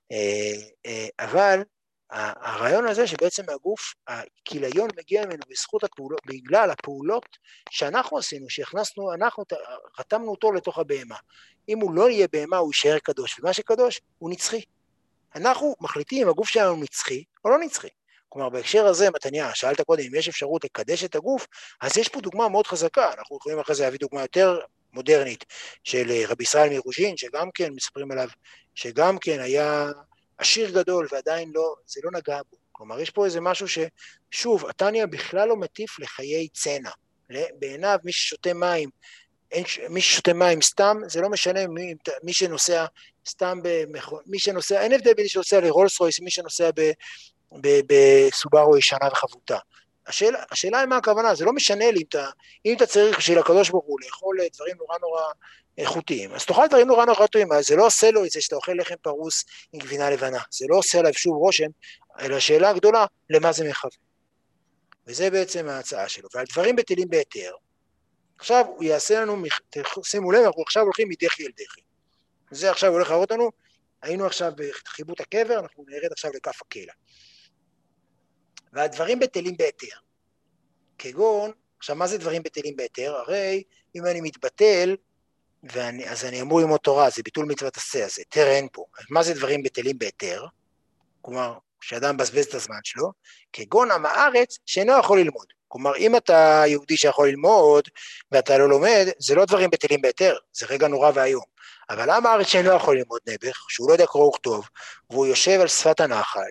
אבל הרעיון הזה שבעצם הגוף, הכיליון מגיע ממנו בזכות הפעולות, בגלל הפעולות שאנחנו עשינו, שהכנסנו, אנחנו רתמנו אותו לתוך הבהמה. אם הוא לא יהיה בהמה, הוא יישאר קדוש, ומה שקדוש הוא נצחי. אנחנו מחליטים אם הגוף שלנו נצחי או לא נצחי. כלומר, בהקשר הזה, מתניה, שאלת קודם, אם יש אפשרות לקדש את הגוף, אז יש פה דוגמה מאוד חזקה, אנחנו יכולים אחרי זה להביא דוגמה יותר מודרנית, של רבי ישראל מרוז'ין, שגם כן מספרים עליו, שגם כן היה עשיר גדול, ועדיין לא, זה לא נגע בו. כלומר, יש פה איזה משהו ששוב, התניה בכלל לא מטיף לחיי צנע. בעיניו, מי ששותה מים, אין, מי ששותה מים סתם, זה לא משנה מי, מי שנוסע סתם במכון, מי שנוסע, אין הבדל בין מי שנוסע לרולס רויס, מי שנוסע בסובארו ישנה וחבוטה. השאלה, השאלה היא מה הכוונה, זה לא משנה לי אם אתה, אם אתה צריך בשביל הקדוש ברוך הוא לאכול דברים נורא נורא איכותיים, אז תאכל דברים נורא נורא טובים, אז זה לא עושה לו את זה שאתה אוכל לחם פרוס עם גבינה לבנה, זה לא עושה עליו שוב רושם, אלא השאלה הגדולה, למה זה מכוון. וזה בעצם ההצעה שלו, ועל דברים בטלים בהיתר, עכשיו הוא יעשה לנו, שימו לב, אנחנו עכשיו הולכים מדחי אל דחי, וזה עכשיו הולך להראות לנו, היינו עכשיו בחיבוט הקבר, אנחנו נרד עכשיו לכף הקלע. והדברים בטלים בהיתר, כגון, עכשיו מה זה דברים בטלים בהיתר? הרי אם אני מתבטל, ואני, אז אני אמור ללמוד תורה, זה ביטול מצוות עשה, אז היתר אין פה. מה זה דברים בטלים בהיתר? כלומר, שאדם מבזבז את הזמן שלו, כגון עם הארץ שאינו יכול ללמוד. כלומר, אם אתה יהודי שיכול ללמוד, ואתה לא לומד, זה לא דברים בטלים בהיתר, זה רגע נורא והיום. אבל עם הארץ שאינו יכול ללמוד נעבך, שהוא לא יודע קרוא וכתוב, והוא יושב על שפת הנחל,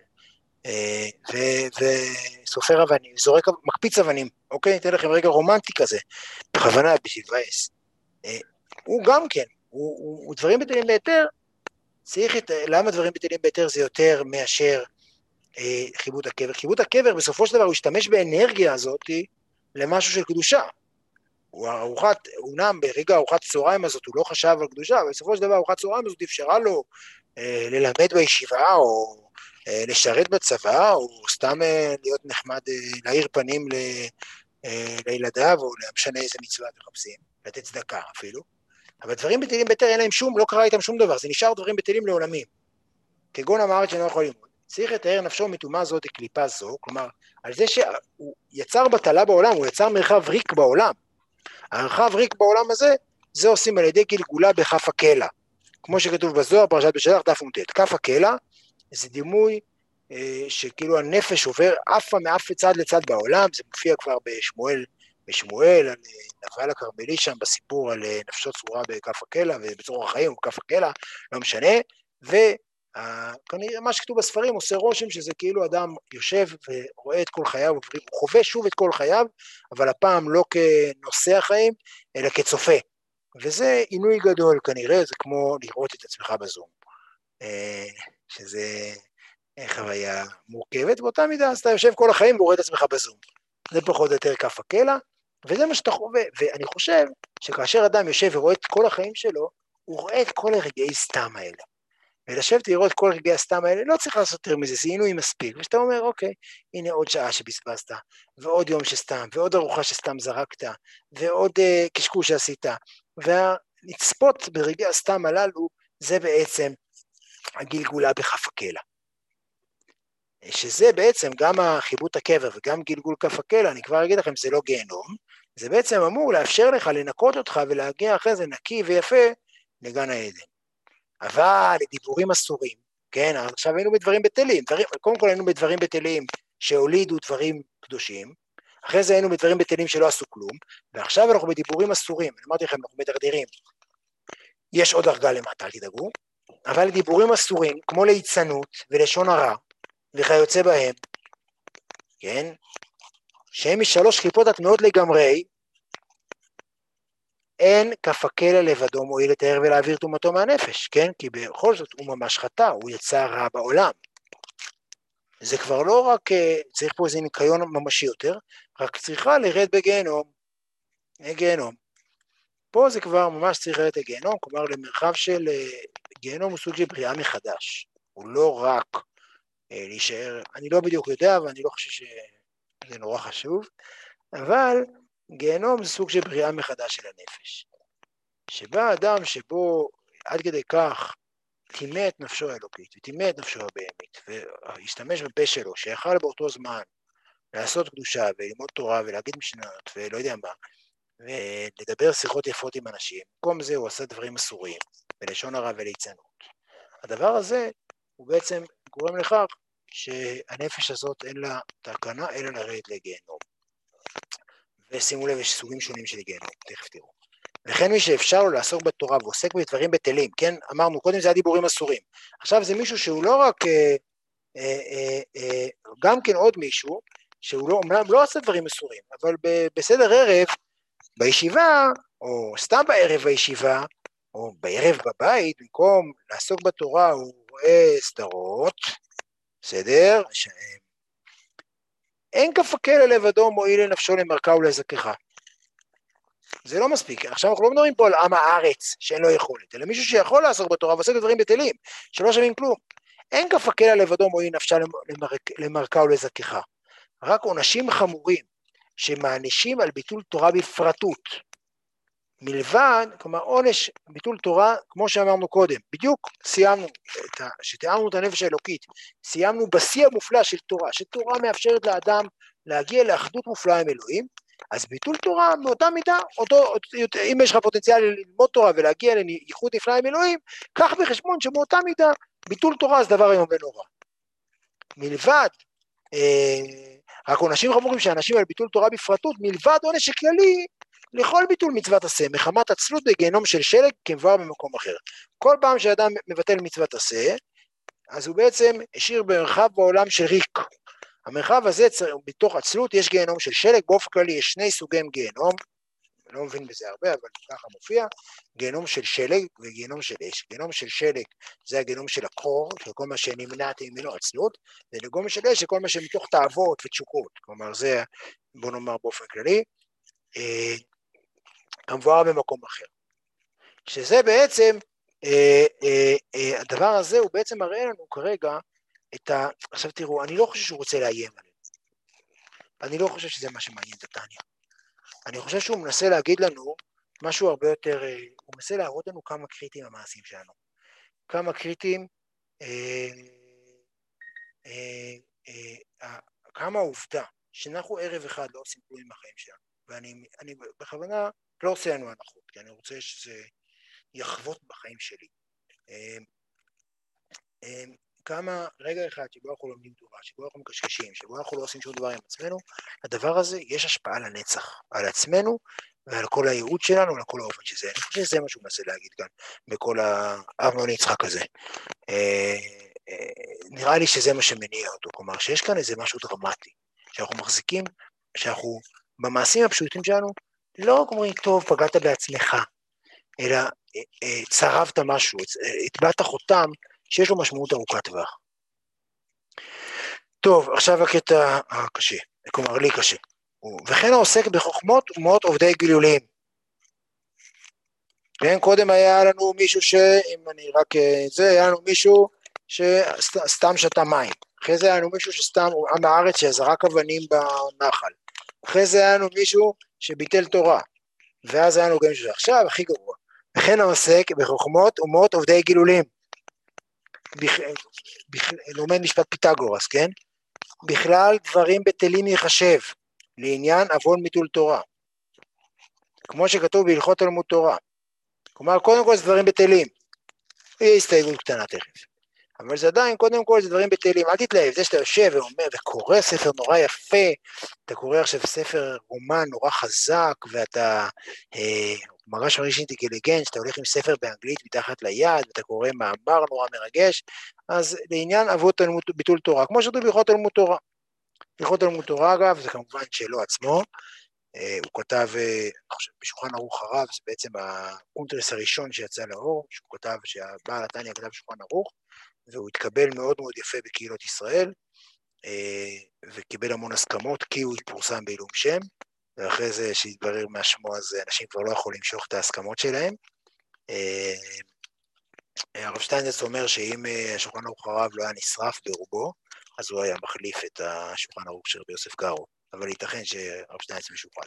וסופר אבנים, זורק, מקפיץ אבנים, אוקיי? ניתן לכם רגע רומנטי כזה, בכוונה בשביל לבאס. הוא גם כן, הוא, הוא, הוא דברים בטלים בהיתר, צריך את, למה דברים בטלים בהיתר זה יותר מאשר אה, חיבוט הקבר? חיבוט הקבר בסופו של דבר הוא השתמש באנרגיה הזאת למשהו של קדושה. הוא ארוחת, אומנם ברגע ארוחת צהריים הזאת הוא לא חשב על קדושה, אבל בסופו של דבר ארוחת צהריים הזאת אפשרה לו אה, ללמד בישיבה או אה, לשרת בצבא, או סתם אה, להיות נחמד, אה, להאיר פנים ל, אה, לילדיו, או למשנה איזה מצווה מחפשים, לתת צדקה אפילו. אבל דברים בטלים בהיתר אין להם שום, לא קרה איתם שום דבר, זה נשאר דברים בטלים לעולמים. כגון עם הארץ שאינו יכול ללמוד. צריך לתאר נפשו מטומאה זאת לקליפה זו, כלומר, על זה שהוא יצר בטלה בעולם, הוא יצר מרחב ריק בעולם. המרחב ריק בעולם הזה, זה עושים על ידי גלגולה בכף הקלע. כמו שכתוב בזוהר, פרשת בשלח, דף נ"ט. כף הקלע זה דימוי אה, שכאילו הנפש עובר עפה מאף צד לצד בעולם, זה מופיע כבר בשמואל, בשמואל, על נבל הכרמלי שם בסיפור על נפשו צרורה בכף הקלע, ובצרור החיים הוא כף הקלע, לא משנה, וכנראה מה שכתוב בספרים עושה רושם שזה כאילו אדם יושב ורואה את כל חייו, הוא חווה שוב את כל חייו, אבל הפעם לא כנושא החיים, אלא כצופה, וזה עינוי גדול כנראה, זה כמו לראות את עצמך בזום, שזה חוויה מורכבת, באותה מידה אז אתה יושב כל החיים ורואה את עצמך בזום, זה פחות או יותר כף הקלע, וזה מה שאתה חווה, ואני חושב שכאשר אדם יושב ורואה את כל החיים שלו, הוא רואה את כל הרגעי סתם האלה, ולשבת לראות את כל רגעי הסתם האלה, לא צריך לעשות יותר מזה, זה עינוי מספיק, ושאתה אומר, אוקיי, הנה עוד שעה שבזבזת, ועוד יום שסתם, ועוד ארוחה שסתם זרקת, ועוד uh, קשקוש שעשית, והנצפות ברגעי הסתם הללו, זה בעצם הגלגולה בכף הקלע. שזה בעצם גם החיבוט הקבר וגם גלגול כף הקלע, אני כבר אגיד לכם, זה לא גיהנום, זה בעצם אמור לאפשר לך לנקות אותך ולהגיע אחרי זה נקי ויפה לגן העדן. אבל לדיבורים אסורים, כן, עכשיו היינו בדברים בטלים, דברים, קודם כל היינו בדברים בטלים שהולידו דברים קדושים, אחרי זה היינו בדברים בטלים שלא עשו כלום, ועכשיו אנחנו בדיבורים אסורים, אני אמרתי לכם, אנחנו מדרדרים, יש עוד דרגה למטה, אל תדאגו, אבל דיבורים אסורים, כמו ליצנות ולשון הרע, וכיוצא בהם, כן, שהם משלוש קליפות הטמאות לגמרי, אין כף הקלע לבדו מועיל לתאר ולהעביר טומאתו מהנפש, כן, כי בכל זאת הוא ממש חטא, הוא יצא רע בעולם. זה כבר לא רק, צריך פה איזה ניקיון ממשי יותר, רק צריכה לרד בגיהנום, גיהנום. פה זה כבר ממש צריך לרד בגיהנום, כלומר למרחב של גיהנום הוא סוג של בריאה מחדש, הוא לא רק להישאר, אני לא בדיוק יודע, ואני לא חושב שזה נורא חשוב, אבל גיהנום זה סוג של בריאה מחדש של הנפש, שבא אדם שבו עד כדי כך טימא את נפשו האלוקית, וטימא את נפשו הבהמית, והשתמש בפה שלו, שיכל באותו זמן לעשות קדושה, וללמוד תורה, ולהגיד משנות, ולא יודע מה, ולדבר שיחות יפות עם אנשים, במקום זה הוא עשה דברים אסורים, בלשון הרע וליצנות. הדבר הזה הוא בעצם גורם לכך שהנפש הזאת אין לה תקנה, אלא לרדת לגיהנום. ושימו לב, יש סוגים שונים של גיהנום, תכף תראו. וכן מי שאפשר לו לעסוק בתורה ועוסק בדברים בטלים, כן, אמרנו, קודם זה היה דיבורים אסורים. עכשיו זה מישהו שהוא לא רק, אה, אה, אה, אה, גם כן עוד מישהו, שהוא לא, אומנם לא עושה דברים אסורים, אבל ב, בסדר ערב, בישיבה, או סתם בערב בישיבה, או בערב בבית, במקום לעסוק בתורה, הוא רואה סדרות, בסדר, ש... אין כף הקלע לבדו מועיל לנפשו למרקה ולזככה. זה לא מספיק. עכשיו אנחנו לא מדברים פה על עם הארץ שאין לו יכולת, אלא מישהו שיכול לעסוק בתורה ועושה דברים בטלים, שלא שווים כלום. אין כף הקלע לבדו מועיל נפשה למרקה ולזככה. רק עונשים חמורים שמענישים על ביטול תורה בפרטות. מלבד, כלומר עונש ביטול תורה, כמו שאמרנו קודם, בדיוק סיימנו, שתיארנו את הנפש האלוקית, סיימנו בשיא המופלא של תורה, שתורה מאפשרת לאדם להגיע לאחדות מופלאה עם אלוהים, אז ביטול תורה מאותה מידה, אותו, אם יש לך פוטנציאל ללמוד תורה ולהגיע לייחוד נפלא עם אלוהים, קח בחשבון שמאותה מידה ביטול תורה זה דבר איום ונורא. מלבד, אה, רק עונשים חמורים שאנשים על ביטול תורה בפרטות, מלבד עונש כללי, לכל ביטול מצוות עשה, מחמת עצלות בגיהנום של שלג כמבואר במקום אחר. כל פעם שאדם מבטל מצוות עשה, אז הוא בעצם השאיר במרחב בעולם של ריק. המרחב הזה, בתוך עצלות, יש גיהנום של שלג, באופן כללי יש שני סוגי גיהנום, אני לא מבין בזה הרבה, אבל ככה מופיע, גיהנום של שלג וגיהנום של אש. גיהנום של שלג זה הגיהנום של הקור, של כל מה שנמנעתי ממנו עצלות, וגיהנום של אש זה כל מה שמתוך תאוות ותשוקות, כלומר זה, בוא נאמר באופן כללי, אה, המבואר במקום אחר. שזה בעצם, אה, אה, אה, הדבר הזה הוא בעצם מראה לנו כרגע את ה... עכשיו תראו, אני לא חושב שהוא רוצה לאיים עלינו. אני לא חושב שזה מה שמעניין את התניא. אני חושב שהוא מנסה להגיד לנו משהו הרבה יותר, אה, הוא מנסה להראות לנו כמה קריטיים המעשים שלנו. כמה קריטיים, אה, אה, אה, כמה העובדה שאנחנו ערב אחד לא עושים כלום עם החיים שלנו. ואני אני בכוונה לא עושה לנו הנחות, כי אני רוצה שזה יחוות בחיים שלי. כמה רגע אחד שבו אנחנו לומדים תורה, שבו אנחנו מקשקשים, שבו אנחנו לא עושים שום דבר עם עצמנו, הדבר הזה יש השפעה על הנצח, על עצמנו ועל כל הייעוד שלנו, על כל האופן שזה. אני חושב שזה מה שהוא מנסה להגיד כאן, בכל הארמון יצחק הזה. נראה לי שזה מה שמניע אותו, כלומר שיש כאן איזה משהו דרמטי, שאנחנו מחזיקים, שאנחנו במעשים הפשוטים שלנו, לא אומרים, טוב, פגעת בעצמך, אלא צרבת משהו, הטבעת חותם שיש לו משמעות ארוכת טווח. טוב, עכשיו הקטע הקשה, כלומר לי קשה. וכן העוסק בחוכמות ומאות עובדי גילולים. כן, קודם היה לנו מישהו ש... אם אני רק... זה, היה לנו מישהו שסתם שתה מים. אחרי זה היה לנו מישהו שסתם, עם הארץ שזרק אבנים בנחל. אחרי זה היה לנו מישהו שביטל תורה. ואז היה לנו גם מישהו עכשיו, הכי גרוע. וכן העוסק בחוכמות ומאות עובדי גילולים. בכ... בכ... לומד משפט פיתגורס, כן? בכלל דברים בטלים יחשב, לעניין עוון מיטול תורה. כמו שכתוב בהלכות תלמוד תורה. כלומר, קודם כל זה דברים בטלים. יהיה הסתייגות קטנה תכף. אבל זה עדיין, קודם כל זה דברים בטלים. אל תתלהב, זה שאתה יושב ואומר, וקורא ספר נורא יפה, אתה קורא עכשיו ספר רומן נורא חזק, ואתה אה, מרש מרגיש אינטליגנט, שאתה הולך עם ספר באנגלית מתחת ליד, ואתה קורא מאמר נורא מרגש, אז לעניין אבות תלמוד ביטול תורה, כמו שכתוב בהלכות תלמוד תורה. בהלכות תלמוד תורה, אגב, זה כמובן שלו עצמו, אה, הוא כתב, אה, בשולחן ערוך הרב, זה בעצם הקונטרס הראשון שיצא לאור, שהוא כתב, שהבעל התניא כתב בשולחן ערוך, והוא התקבל מאוד מאוד יפה בקהילות ישראל, וקיבל המון הסכמות, כי הוא פורסם בעילום שם, ואחרי זה שהתברר מהשמו, אז אנשים כבר לא יכולים למשוך את ההסכמות שלהם. הרב שטיינזלץ אומר שאם השולחן ערוך הרב לא היה נשרף ברובו, אז הוא היה מחליף את השולחן ערוך של רבי יוסף קארו, אבל ייתכן שהרב שטיינזלץ משוחד.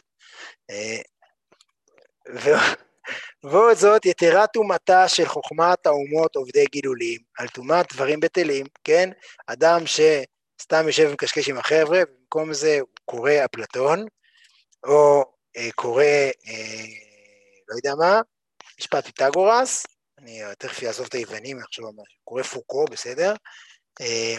ועוד זאת, יתרה טומאתה של חוכמת האומות עובדי גילולים, על טומאת דברים בטלים, כן? אדם שסתם יושב ומקשקש עם החבר'ה, במקום זה הוא קורא אפלטון, או אה, קורא, אה, לא יודע מה, משפט פיתגורס, אני תכף אעזוב את היוונים, עכשיו קורא פוקו, בסדר? אה,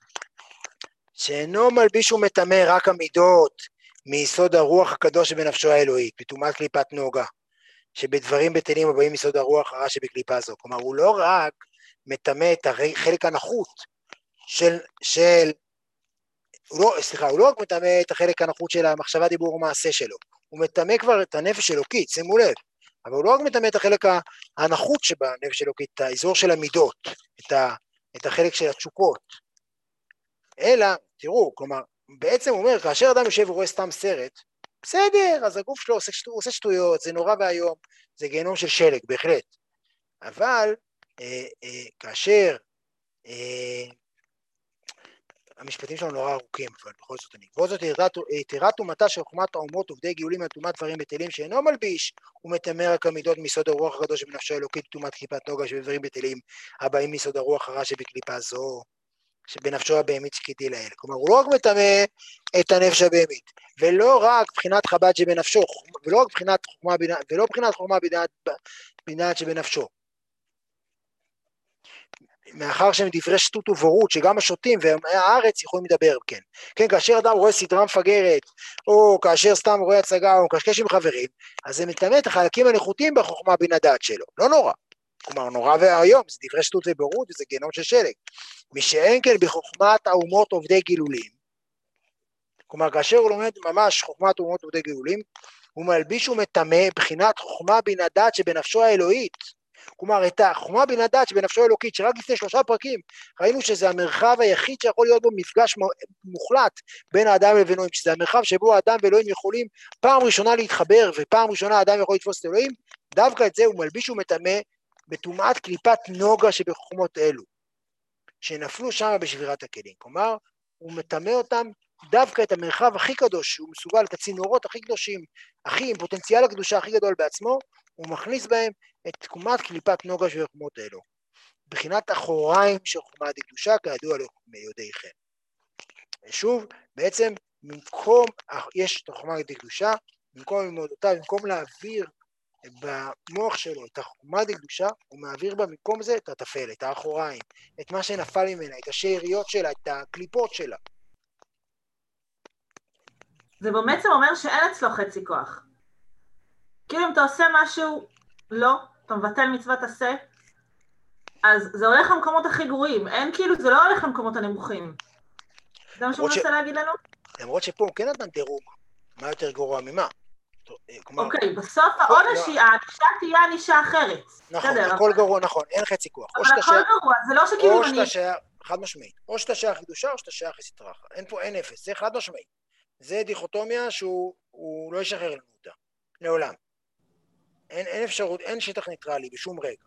שאינו מלביש ומטמא רק המידות, מיסוד הרוח הקדוש שבנפשו האלוהית, בטומאת קליפת נוגה. שבדברים בטלים הבאים מסוד הרוח הרע שבקליפה זו. כלומר, הוא לא רק מטמא את החלק הנחות של, של, הוא לא, סליחה, הוא לא רק מטמא את החלק הנחות של המחשבה, דיבור ומעשה שלו, הוא מטמא כבר את הנפש אלוקית, שימו לב, אבל הוא לא רק מטמא את החלק הנחות שבנפש אלוקית, את האזור של המידות, את, ה, את החלק של התשוקות, אלא, תראו, כלומר, בעצם הוא אומר, כאשר אדם יושב ורואה סתם סרט, בסדר, אז הגוף שלו עושה, הוא עושה שטויות, זה נורא והיום, זה גיהנום של שלג, בהחלט. אבל אה, אה, כאשר אה, המשפטים שלנו נורא ארוכים, אבל בכל זאת אני אקבול זאת, יתרה טומאתה של חוכמת האומות עובדי גאולים מהטומאת דברים בטלים שאינו מלביש, ומטמא רק המידות מיסוד הרוח הקדוש שבנפשו האלוקית, טומאת קליפת נוגה שבדברים בטלים הבאים מיסוד הרוח הרע שבקליפה זו, שבנפשו הבהמית שקיתי לאל. כלומר, הוא לא רק מטמא את הנפש הבהמית, ולא רק בחינת חב"ד שבנפשו, ולא רק בחינת חוכמה בינה, ולא בחינת חוכמה בינה שבנפשו. מאחר שהם דברי שטות ובורות, שגם השוטים והארץ יכולים לדבר, כן. כן, כאשר אדם רואה סדרה מפגרת, או כאשר סתם רואה הצגה, או מקשקש עם חברים, אז זה מטמא את החלקים הנחותים בחוכמה בין הדעת שלו. לא נורא. כלומר, נורא והיום, זה דברי שטות ובורות, וזה גיהנום של שלג. מי שאין כן בחוכמת האומות עובדי גילולים, כלומר, כאשר הוא לומד ממש חוכמת האומות עובדי גילולים, הוא מלביש ומטמא בחינת חוכמה בין הדעת שבנפשו האלוהית, כלומר, את החוכמה בין הדעת שבנפשו האלוקית, שרק לפני שלושה פרקים ראינו שזה המרחב היחיד שיכול להיות בו מפגש מוחלט בין האדם לבין אלוהים, שזה המרחב שבו האדם ואלוהים יכולים פעם ראשונה להתחבר, ופעם ראשונה האדם יכול לתפוס את אלוהים, דווקא את זה הוא מלביש ומטמא בטומאת קליפת נוגה שבחוכמות אלו, שנפלו שם בשבירת הכלים. כלומר, הוא מטמא אותם דווקא את המרחב הכי קדוש, שהוא מסוגל את הצינורות הכי קדושים, הכי עם פוטנציאל הקדושה הכי גדול בעצמו, הוא מכניס בהם את תקומת קליפת נוגה של חוכמות אלו, בחינת אחוריים של חוכמת הקדושה, כידוע ליודעיכם. ושוב, בעצם, במקום, יש את החוכמת הקדושה, במקום ללמוד אותה, במקום להעביר במוח שלו את החוכמת הקדושה, הוא מעביר במקום זה את התפל, את האחוריים, את מה שנפל ממנה, את השאריות שלה, את הקליפות שלה. זה בעצם אומר שאין אצלו חצי כוח. כאילו אם אתה עושה משהו לא, אתה מבטל מצוות עשה, אז זה הולך למקומות הכי גרועים, אין כאילו, זה לא הולך למקומות הנמוכים. זה מה שהוא מנסה להגיד לנו? למרות שפה הוא כן נתן דירוג, מה יותר גרוע ממה. אוקיי, בסוף העונש, הענישה תהיה ענישה אחרת. נכון, הכל גרוע, נכון, אין חצי כוח. אבל הכל גרוע, זה לא שכאילו אני... חד משמעית, או שאתה שייך קדושה או שאתה שייך לסטרחה, אין פה, אין אפס, זה חד משמעית. זה דיכוטומיה שהוא לא ישחרר לנו אותה, לעולם. אין, אין אפשרות, אין שטח ניטרלי בשום רגע.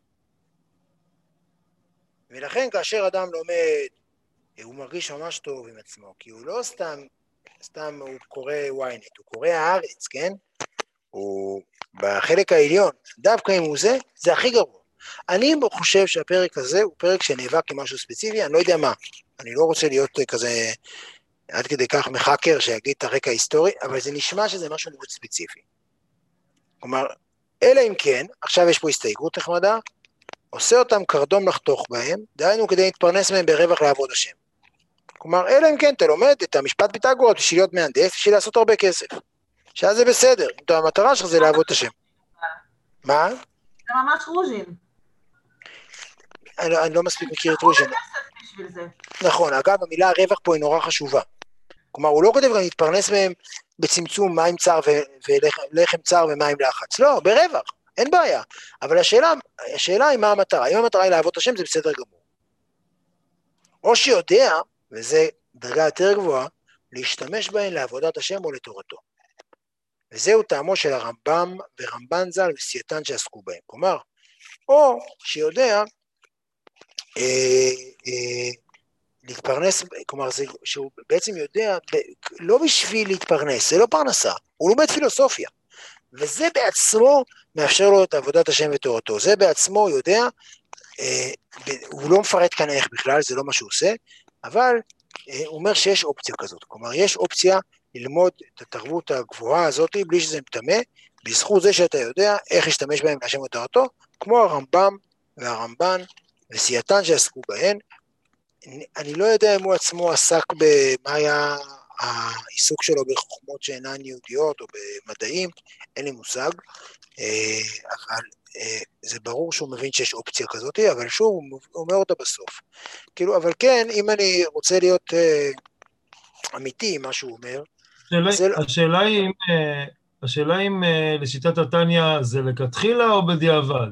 ולכן כאשר אדם לומד, הוא מרגיש ממש טוב עם עצמו, כי הוא לא סתם, סתם הוא קורא וויינט, הוא קורא הארץ, כן? הוא בחלק העליון, דווקא אם הוא זה, זה הכי גרוע. אני חושב שהפרק הזה הוא פרק שנאבק עם משהו ספציפי, אני לא יודע מה, אני לא רוצה להיות כזה, עד כדי כך מחקר שיגיד את הרקע ההיסטורי, אבל זה נשמע שזה משהו מאוד ספציפי. כלומר, אלא אם כן, עכשיו יש פה הסתייגות נחמדה, עושה אותם קרדום לחתוך בהם, דהיינו כדי להתפרנס מהם ברווח לעבוד השם. כלומר, אלא אם כן, אתה לומד את המשפט פיתגורס בשביל להיות מהנדס, בשביל לעשות הרבה כסף. שאז זה בסדר, אם המטרה שלך זה לעבוד השם. מה? זה ממש רוז'ין. אני, אני לא מספיק מכיר את רוז'ין. נכון, אגב, המילה הרווח פה היא נורא חשובה. כלומר, הוא לא כותב גם להתפרנס מהם בצמצום מים צר ולחם צר ומים לחץ. לא, ברווח, אין בעיה. אבל השאלה, השאלה היא מה המטרה. אם המטרה היא לעבוד השם, זה בסדר גמור. או שיודע, וזה דרגה יותר גבוהה, להשתמש בהן לעבודת השם או לתורתו. וזהו טעמו של הרמב"ם ורמב"ן ז"ל וסייתן שעסקו בהם. כלומר, או שיודע אה, אה, להתפרנס, כלומר, זה, שהוא בעצם יודע, לא בשביל להתפרנס, זה לא פרנסה, הוא לומד פילוסופיה, וזה בעצמו מאפשר לו את עבודת השם ותורתו, זה בעצמו יודע, אה, הוא לא מפרט כאן איך בכלל, זה לא מה שהוא עושה, אבל אה, הוא אומר שיש אופציה כזאת, כלומר, יש אופציה ללמוד את התרבות הגבוהה הזאת, בלי שזה מטמא, בזכות זה שאתה יודע איך להשתמש בהם להשם ותורתו, כמו הרמב"ם והרמב"ן וסייתן שעסקו בהן. אני לא יודע אם הוא עצמו עסק במה היה העיסוק שלו בחוכמות שאינן יהודיות או במדעים, אין לי מושג, אבל זה ברור שהוא מבין שיש אופציה כזאת, אבל שוב הוא אומר אותה בסוף. כאילו, אבל כן, אם אני רוצה להיות אמיתי, מה שהוא אומר, השאלה היא אם, השאלה אם לשיטת התניא זה לכתחילה או בדיעבד?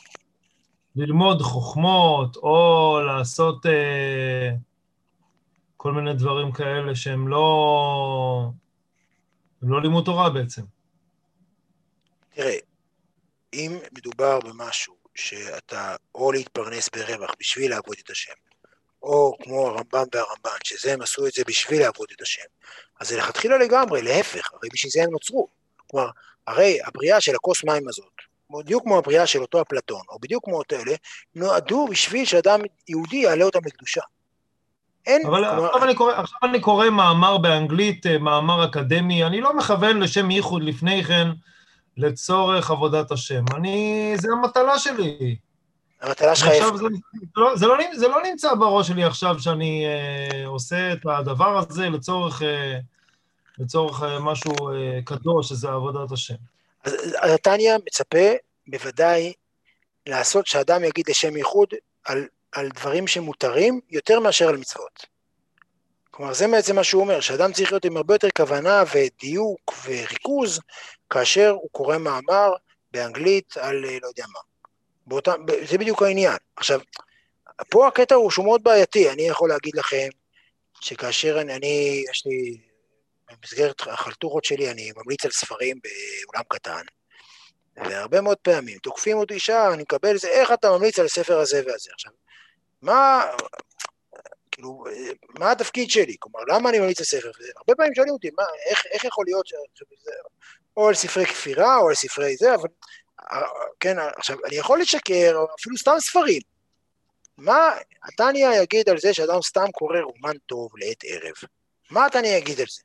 ללמוד חוכמות או לעשות, כל מיני דברים כאלה שהם לא, הם לא לימוד תורה בעצם. תראה, אם מדובר במשהו שאתה או להתפרנס ברווח בשביל לעבוד את השם, או כמו הרמב"ם והרמב"ן, שזה הם עשו את זה בשביל לעבוד את השם, אז זה לכתחילה לגמרי, להפך, הרי בשביל זה הם נוצרו. כלומר, הרי הבריאה של הכוס מים הזאת, בדיוק כמו הבריאה של אותו אפלטון, או בדיוק כמו אותו אלה, נועדו בשביל שאדם יהודי יעלה אותם לקדושה. אין, אבל כלומר... עכשיו, אני קורא, עכשיו אני קורא מאמר באנגלית, מאמר אקדמי, אני לא מכוון לשם ייחוד לפני כן, לצורך עבודת השם. אני, זה המטלה שלי. המטלה שלך עכשיו, זה, זה, לא, זה, לא, זה לא נמצא בראש שלי עכשיו שאני אה, עושה את הדבר הזה לצורך, אה, לצורך אה, משהו אה, קדוש, שזה עבודת השם. אז התניא מצפה בוודאי לעשות שאדם יגיד לשם ייחוד על, על דברים שמותרים יותר מאשר על מצוות. כלומר, זה בעצם מה שהוא אומר, שאדם צריך להיות עם הרבה יותר כוונה ודיוק וריכוז, כאשר הוא קורא מאמר באנגלית על לא יודע מה. באותה, זה בדיוק העניין. עכשיו, פה הקטע הוא שהוא מאוד בעייתי, אני יכול להגיד לכם, שכאשר אני, אני יש לי, במסגרת החלטורות שלי, אני ממליץ על ספרים באולם קטן, והרבה מאוד פעמים, תוקפים אותי אישה, אני מקבל זה, איך אתה ממליץ על הספר הזה והזה? עכשיו, מה, כאילו, מה התפקיד שלי? כלומר, למה אני ממליץ על ספר? הרבה פעמים שואלים אותי, מה, איך, איך יכול להיות, שזה, או על ספרי כפירה, או על ספרי זה, אבל, כן, עכשיו, אני יכול לשקר, או אפילו סתם ספרים. מה התניא יגיד על זה שאדם סתם קורא רומן טוב לעת ערב? מה התניא יגיד על זה?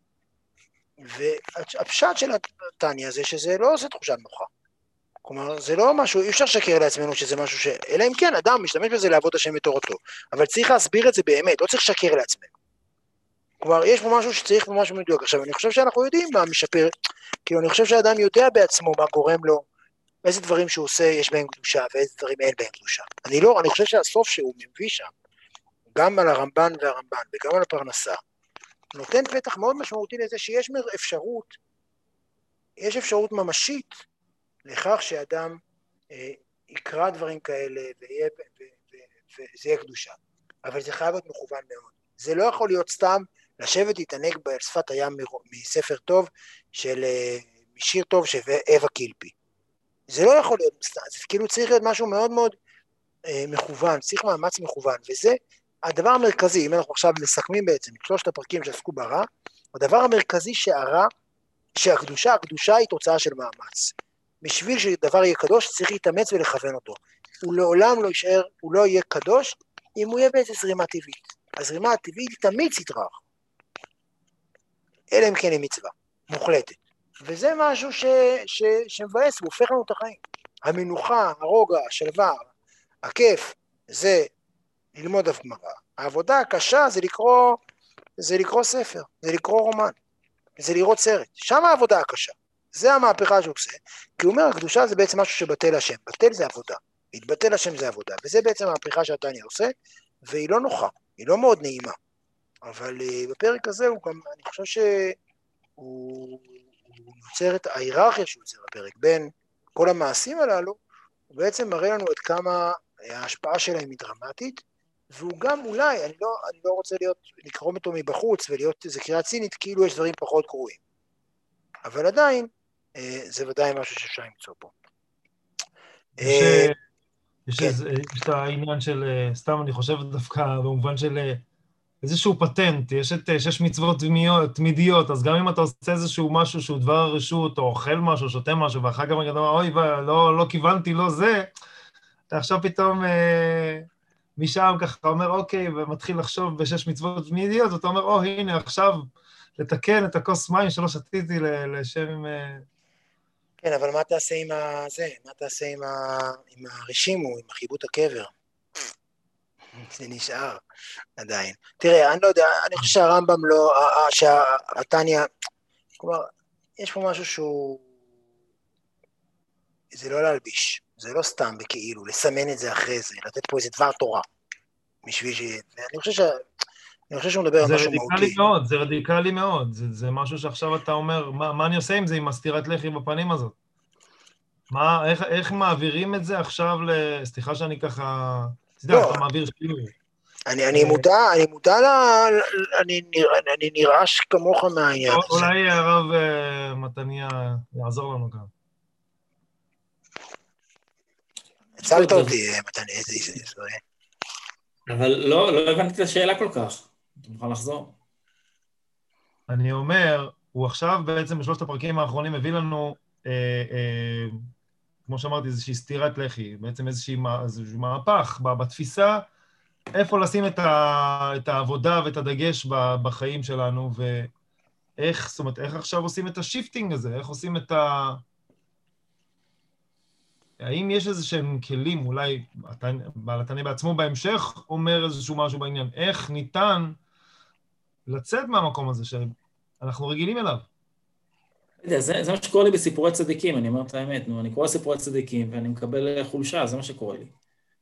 והפשט של התניא זה שזה לא עושה תחושה נוחה. כלומר, זה לא משהו, אי אפשר לשקר לעצמנו שזה משהו ש... אלא אם כן, אדם משתמש בזה לעבוד השם בתורתו. אבל צריך להסביר את זה באמת, לא צריך לשקר לעצמנו. כלומר, יש פה משהו שצריך פה משהו מדויק. עכשיו, אני חושב שאנחנו יודעים מה משפר, כאילו, אני חושב שהאדם יודע בעצמו מה גורם לו, איזה דברים שהוא עושה יש בהם קדושה, ואיזה דברים אין בהם קדושה. אני לא, אני חושב שהסוף שהוא מביא שם, גם על הרמב"ן והרמב"ן, וגם על הפרנסה, נותן פתח מאוד משמעותי לזה שיש אפשרות, יש אפשרות ממשית לכך שאדם אה, יקרא דברים כאלה ויהיה, ו, ו, ו, וזה יהיה קדושה. אבל זה חייב להיות מכוון מאוד. זה לא יכול להיות סתם לשבת להתענג בשפת הים מספר טוב, של אה, משיר טוב של אווה קילפי. זה לא יכול להיות, זה כאילו צריך להיות משהו מאוד מאוד אה, מכוון, צריך מאמץ מכוון, וזה הדבר המרכזי, אם אנחנו עכשיו מסכמים בעצם את שלושת הפרקים שעסקו ברע, הדבר המרכזי שהרע, שהקדושה, הקדושה היא תוצאה של מאמץ. בשביל שדבר יהיה קדוש, צריך להתאמץ ולכוון אותו. הוא לעולם לא יישאר, הוא לא יהיה קדוש, אם הוא יהיה באיזו זרימה טבעית. הזרימה הטבעית תמיד סתרח. אלא אם כן היא מצווה, מוחלטת. וזה משהו ש, ש, שמבאס, הוא הופך לנו את החיים. המנוחה, הרוגע, השלווה, הכיף, זה ללמוד אף גמרא. העבודה הקשה זה לקרוא, זה לקרוא ספר, זה לקרוא רומן, זה לראות סרט. שם העבודה הקשה. זה המהפכה שהוא עושה, כי הוא אומר, הקדושה זה בעצם משהו שבטל השם. בטל זה עבודה. להתבטל השם זה עבודה. וזה בעצם המהפכה שהתניא עושה, והיא לא נוחה, היא לא מאוד נעימה. אבל uh, בפרק הזה הוא גם, אני חושב שהוא הוא יוצר את ההיררכיה שהוא יוצר בפרק, בין כל המעשים הללו, הוא בעצם מראה לנו עד כמה ההשפעה שלהם היא דרמטית, והוא גם אולי, אני לא, אני לא רוצה להיות, לקרום אותו מבחוץ ולהיות איזו קריאה צינית, כאילו יש דברים פחות גרועים. אבל עדיין, אה, זה ודאי משהו שאפשר למצוא פה. יש, יש, כן. איזה, יש את העניין של, סתם אני חושב דווקא במובן של איזשהו פטנט, יש את שש מצוות תמידיות, אז גם אם אתה עושה איזשהו משהו שהוא דבר הרשות, או אוכל משהו, שותה משהו, ואחר כך אתה אומר, אוי, לא, לא כיוונתי, לא זה, אתה עכשיו פתאום אה, משם ככה אומר, אוקיי, ומתחיל לחשוב בשש מצוות תמידיות, ואתה אומר, או, הנה, עכשיו לתקן את הכוס מים שלא שתיתי לשם... כן, אבל מה תעשה עם זה? מה תעשה עם, ה... עם הרשימו, עם החיבוט הקבר? זה נשאר עדיין. תראה, אני לא יודע, אני חושב שהרמב"ם לא, שהתניא, כלומר, יש פה משהו שהוא, זה לא להלביש, זה לא סתם בכאילו, לסמן את זה אחרי זה, לתת פה איזה דבר תורה, בשביל ש... אני חושב ש... אני חושב שהוא מדבר על משהו מהותי. זה רדיקלי מאוד, זה רדיקלי מאוד, זה, זה משהו שעכשיו אתה אומר, מה, מה אני עושה עם זה, עם הסתירת לחי בפנים הזאת? מה, איך, איך מעבירים את זה עכשיו ל... סליחה שאני ככה... לא. אתה מעביר שיעור. אני מודע, אני מודע ל... אני נרעש כמוך מהעניין הזה. אולי הרב מתניה יעזור לנו גם. הצלת אותי, מתניה, איזה איזה. אבל לא, לא הבנתי את השאלה כל כך. אתה מוכן לחזור? אני אומר, הוא עכשיו בעצם בשלושת הפרקים האחרונים הביא לנו, אה, אה, כמו שאמרתי, איזושהי סתירת לחי, בעצם איזושהי, איזושהי מהפך בתפיסה, איפה לשים את, ה, את העבודה ואת הדגש בחיים שלנו, ואיך, זאת אומרת, איך עכשיו עושים את השיפטינג הזה, איך עושים את ה... האם יש איזה שהם כלים, אולי בעל התניא בעצמו בהמשך אומר איזשהו משהו בעניין, איך ניתן לצאת מהמקום הזה שאנחנו רגילים אליו? זה, זה מה שקורה לי בסיפורי צדיקים, אני אומר את האמת, נו, אני קורא סיפורי צדיקים ואני מקבל חולשה, זה מה שקורה לי.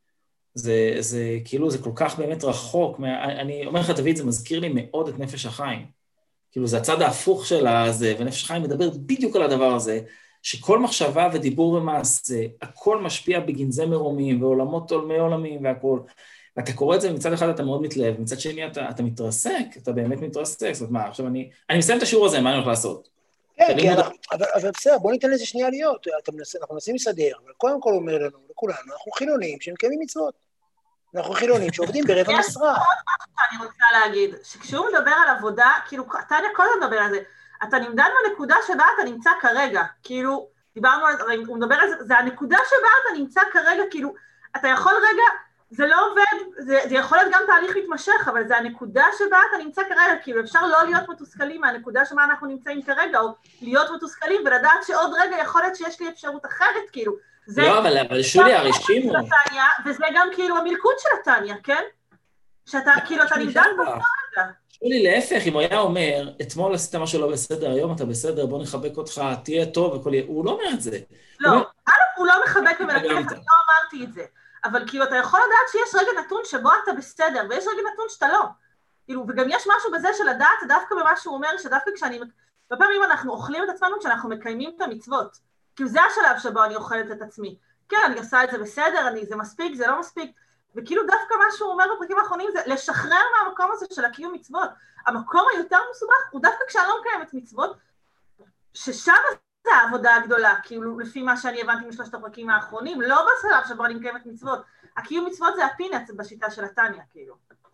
זה, זה כאילו, זה כל כך באמת רחוק, מה, אני אומר לך, דוד, זה מזכיר לי מאוד את נפש החיים. כאילו, זה הצד ההפוך של הזה, ונפש החיים מדבר בדיוק על הדבר הזה, שכל מחשבה ודיבור ומעשה, הכל משפיע בגנזי מרומים, ועולמות עולמי עולמים והכל. ואתה קורא את זה, ומצד אחד אתה מאוד מתלהב, מצד שני אתה, אתה מתרסק, אתה באמת מתרסק. זאת אומרת, מה, עכשיו אני, אני מסיים את השיעור הזה, מה אני הולך לעשות? כן, כי אנחנו, אבל, אבל בסדר, בוא ניתן לזה שנייה להיות, אנחנו מנסים לסדר, אבל קודם כל אומר לנו, לכולנו, אנחנו חילונים שמקיימים מצוות. אנחנו חילונים שעובדים ברבע משרה. אני רוצה להגיד, שכשהוא מדבר על עבודה, כאילו, אתה כל הזמן מדבר על זה, אתה נמדד בנקודה שבה אתה נמצא כרגע, כאילו, דיברנו על זה, הוא מדבר על זה, זה הנקודה שבה אתה נמצא כרגע, כאילו, אתה יכול רגע, זה לא עובד, זה, זה יכול להיות גם תהליך מתמשך, אבל זה הנקודה שבה אתה נמצא כרגע, כאילו, אפשר לא להיות מתוסכלים מהנקודה שבה אנחנו נמצאים כרגע, או להיות מתוסכלים ולדעת שעוד רגע יכול להיות שיש לי אפשרות אחרת, כאילו, זה... לא, אבל, אבל שולי, הרשימו. וזה גם כאילו המלכות של התניא, כן? שאתה, כאילו, אתה נמדד ברגע. שולי, להפך, אם הוא היה אומר, אתמול עשית משהו לא בסדר, היום אתה בסדר, בוא נחבק אותך, תהיה טוב וכל... הוא לא אומר את זה. לא, א', הוא לא מחבק ומלכף, אני לא אמרתי את זה. אבל כאילו, אתה יכול לדעת שיש רגע נתון שבו אתה בסדר, ויש רגע נתון שאתה לא. כאילו, וגם יש משהו בזה של לדעת, דווקא במה שהוא אומר, שדווקא כשאני... בפעמים אנחנו אוכלים את עצמנו כשאנחנו מקיימים את המצוות. כאילו, זה השלב שבו אני אוכלת את עצמי. כן, אני עושה את זה בסדר, אני, זה מספיק, זה לא מספיק. וכאילו, דווקא מה שהוא אומר בפרקים האחרונים זה לשחרר מהמקום הזה של הקיום מצוות. המקום היותר מסובך הוא דווקא כשאני לא מקיימת מצוות, ששם זה העבודה הגדולה, כאילו, לפי מה שאני הבנתי משלושת הפרקים האחרונים, לא בשלב שבו אני מקיימת מצוות. הקיום מצוות זה הפינץ בשיטה של התניא, כאילו.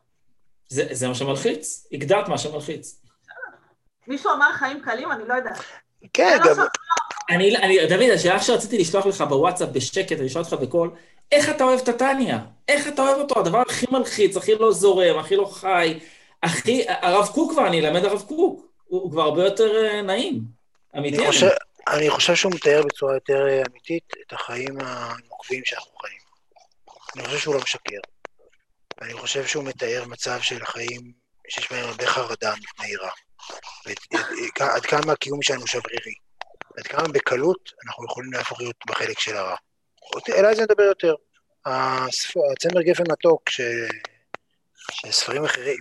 זה, זה מה שמלחיץ, הגדרת מה שמלחיץ. מישהו אמר חיים קלים, אני לא יודעת. כן, גם... אני, אני, דוד, השאלה שרציתי לשלוח לך בוואטסאפ בשקט, אני אשאל אותך בקול, איך אתה אוהב את התניא? איך אתה אוהב אותו? הדבר הכי מלחיץ, הכי לא זורם, הכי לא חי, הכי... הרב קוק כבר, אני אלמד הרב קוק, הוא, הוא כבר הרבה יותר נעים, אמיתי. אני חושב, אני חושב שהוא מתאר בצורה יותר אמיתית את החיים הנוקבים שאנחנו חיים. אני חושב שהוא לא משקר. אני חושב שהוא מתאר מצב של חיים שיש בהם הרבה חרדה מפני רע. עד כמה הקיום שלנו שברירי. עד כמה בקלות אנחנו יכולים להפוך להיות בחלק של הרע. אליי זה מדבר יותר. הצמר גפן מתוק, שספרים אחרים.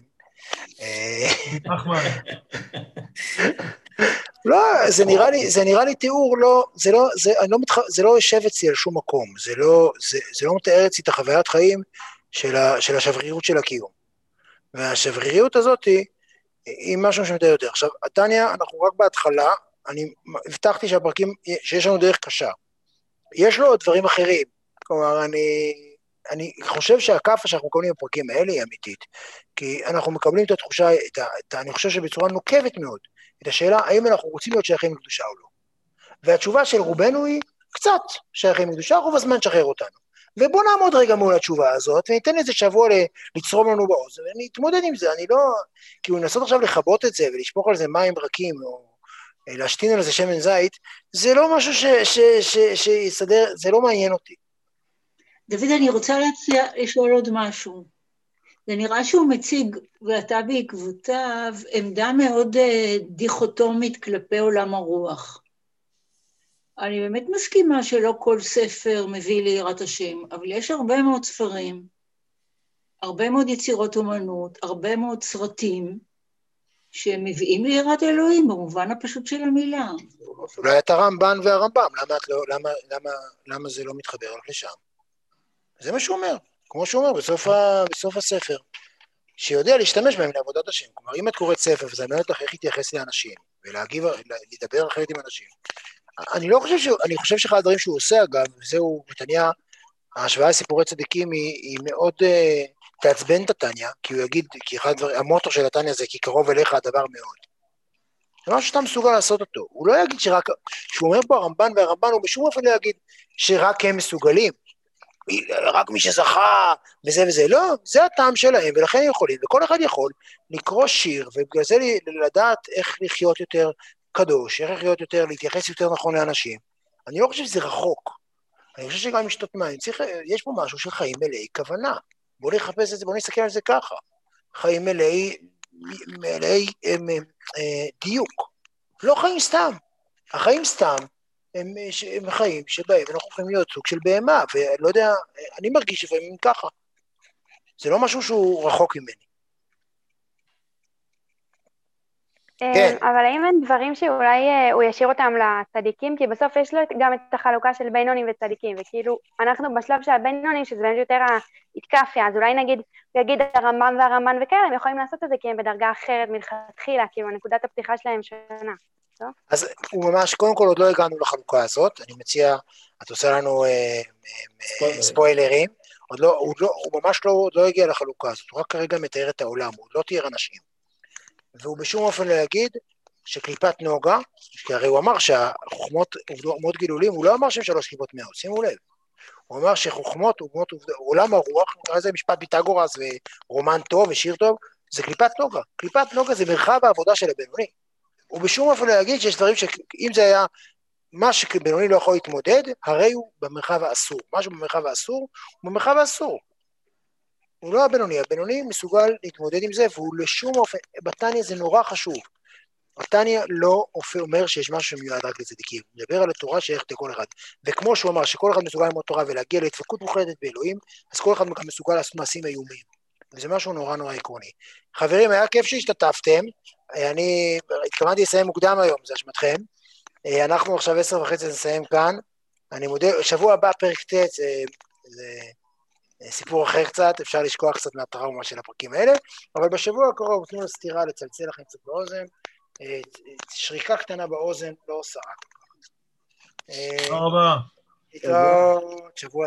לא, זה נראה לי, זה נראה לי תיאור, לא, זה לא, זה, אני לא מתח... זה לא יושב אצלי על שום מקום, זה לא, זה, זה לא מתאר אצלי את החוויית חיים של, ה, של השבריריות של הקיום. והשבריריות הזאת היא, היא משהו שמתאר יותר. עכשיו, התניא, אנחנו רק בהתחלה, אני הבטחתי שהפרקים, שיש לנו דרך קשה. יש לו דברים אחרים, כלומר, אני, אני חושב שהקפה שאנחנו מקבלים בפרקים האלה היא אמיתית, כי אנחנו מקבלים את התחושה, את ה, את ה, אני חושב שבצורה נוקבת מאוד, את השאלה, האם אנחנו רוצים להיות שייכים לקדושה או לא. והתשובה של רובנו היא, קצת שייכים לקדושה, רוב הזמן שחרר אותנו. ובוא נעמוד רגע מול התשובה הזאת, וניתן איזה שבוע לצרום לנו באוזן, ואני אתמודד עם זה, אני לא, כאילו לנסות עכשיו לחבות את זה, ולשפוך על זה מים רכים, או להשתין על זה שמן זית, זה לא משהו ש, ש, ש, שיסדר, זה לא מעניין אותי. דוד, אני רוצה להציע, לשאול עוד משהו. זה נראה שהוא מציג, ואתה בעקבותיו, עמדה מאוד דיכוטומית כלפי עולם הרוח. אני באמת מסכימה שלא כל ספר מביא ליראת השם, אבל יש הרבה מאוד ספרים, הרבה מאוד יצירות אומנות, הרבה מאוד סרטים, שמביאים ליראת אלוהים, במובן הפשוט של המילה. אולי את הרמב"ן והרמב"ם, למה, למה, למה, למה זה לא מתחבר לך לשם? זה מה שהוא אומר, כמו שהוא אומר בסוף, ה, בסוף הספר. שיודע להשתמש בהם לעבודת השם. כלומר, אם את קוראת ספר, וזה מלמד אותך איך להתייחס לאנשים, ולהגיב, לדבר אחרת עם אנשים, אני לא חושב ש... אני חושב שאחד הדברים שהוא עושה, אגב, וזהו, נתניה, ההשוואה לסיפורי צדיקים היא, היא מאוד uh, תעצבן את התניה, כי הוא יגיד, כי אחד הדבר, המוטו של התניה זה כי קרוב אליך הדבר מאוד. זה משהו שאתה מסוגל לעשות אותו. הוא לא יגיד שרק, שהוא אומר פה הרמב"ן והרמב"ן, הוא בשום אופן לא יגיד שרק הם מסוגלים, רק מי שזכה וזה וזה, לא, זה הטעם שלהם, ולכן הם יכולים, וכל אחד יכול לקרוא שיר, ובגלל זה לדעת איך לחיות יותר קדוש, איך לחיות יותר, להתייחס יותר נכון לאנשים. אני לא חושב שזה רחוק, אני חושב שגם משתות מים, צריך, יש פה משהו של חיים מלאי כוונה, בואו נחפש את זה, בואו נסתכל על זה ככה, חיים מלאי, מלאי הם, הם, הם, דיוק, לא חיים סתם, החיים סתם, הם, הם חיים שבהם אנחנו יכולים להיות סוג של בהמה, ולא יודע, אני מרגיש לפעמים ככה, זה לא משהו שהוא רחוק ממני. כן. אבל האם אין דברים שאולי הוא ישאיר אותם לצדיקים, כי בסוף יש לו גם את החלוקה של בינונים וצדיקים, וכאילו אנחנו בשלב של הבינונים, שזה באמת יותר ההתקפיה, אז אולי נגיד, הוא יגיד הרמב"ם והרמב"ן וכאלה, הם יכולים לעשות את זה כי הם בדרגה אחרת מלכתחילה, כאילו נקודת הפתיחה שלהם שונה. אז הוא ממש, קודם כל עוד לא הגענו לחלוקה הזאת, אני מציע, את עושה לנו אה, אה, ספוילרים, עוד לא, הוא, לא, הוא ממש לא, לא הגיע לחלוקה הזאת, הוא רק כרגע מתאר את העולם, הוא לא תיאר אנשים, והוא בשום אופן לא יגיד שקליפת נוגה, כי הרי הוא אמר שהחוכמות עובדות גילולים, הוא לא אמר שהם שלוש קליפות מאות, שימו לב, הוא אמר שחוכמות עובדות, עולם הרוח, נקרא לזה משפט פיתגורס ורומן טוב ושיר טוב, זה קליפת נוגה, קליפת נוגה זה מרחב העבודה של הבינוני, הוא בשום אופן לא יגיד שיש דברים שאם זה היה מה שבינוני לא יכול להתמודד, הרי הוא במרחב האסור, משהו במרחב האסור, הוא במרחב האסור, הוא לא הבינוני, הבינוני מסוגל להתמודד עם זה, והוא לשום אופן, בתניה זה נורא חשוב, בתניה לא אומר שיש משהו שמיועד רק לצדיקים, הוא מדבר על התורה שייכת לכל אחד, וכמו שהוא אמר שכל אחד מסוגל ללמוד תורה ולהגיע לדבקות מוחלטת באלוהים, אז כל אחד גם מסוגל לעשות מעשים איומים, וזה משהו נורא נורא עקרוני. חברים, היה כיף שהשתתפתם, אני התכוונתי לסיים מוקדם היום, זה אשמתכם, אנחנו עכשיו עשר וחצי נסיים כאן, אני מודה, שבוע הבא פרק ט' זה, זה סיפור אחר קצת, אפשר לשכוח קצת מהטראומה של הפרקים האלה, אבל בשבוע הקרוב תנו לסתירה לצלצל לכם קצת באוזן, שריקה קטנה באוזן לא עושה רק. תודה רבה. התראות, שבוע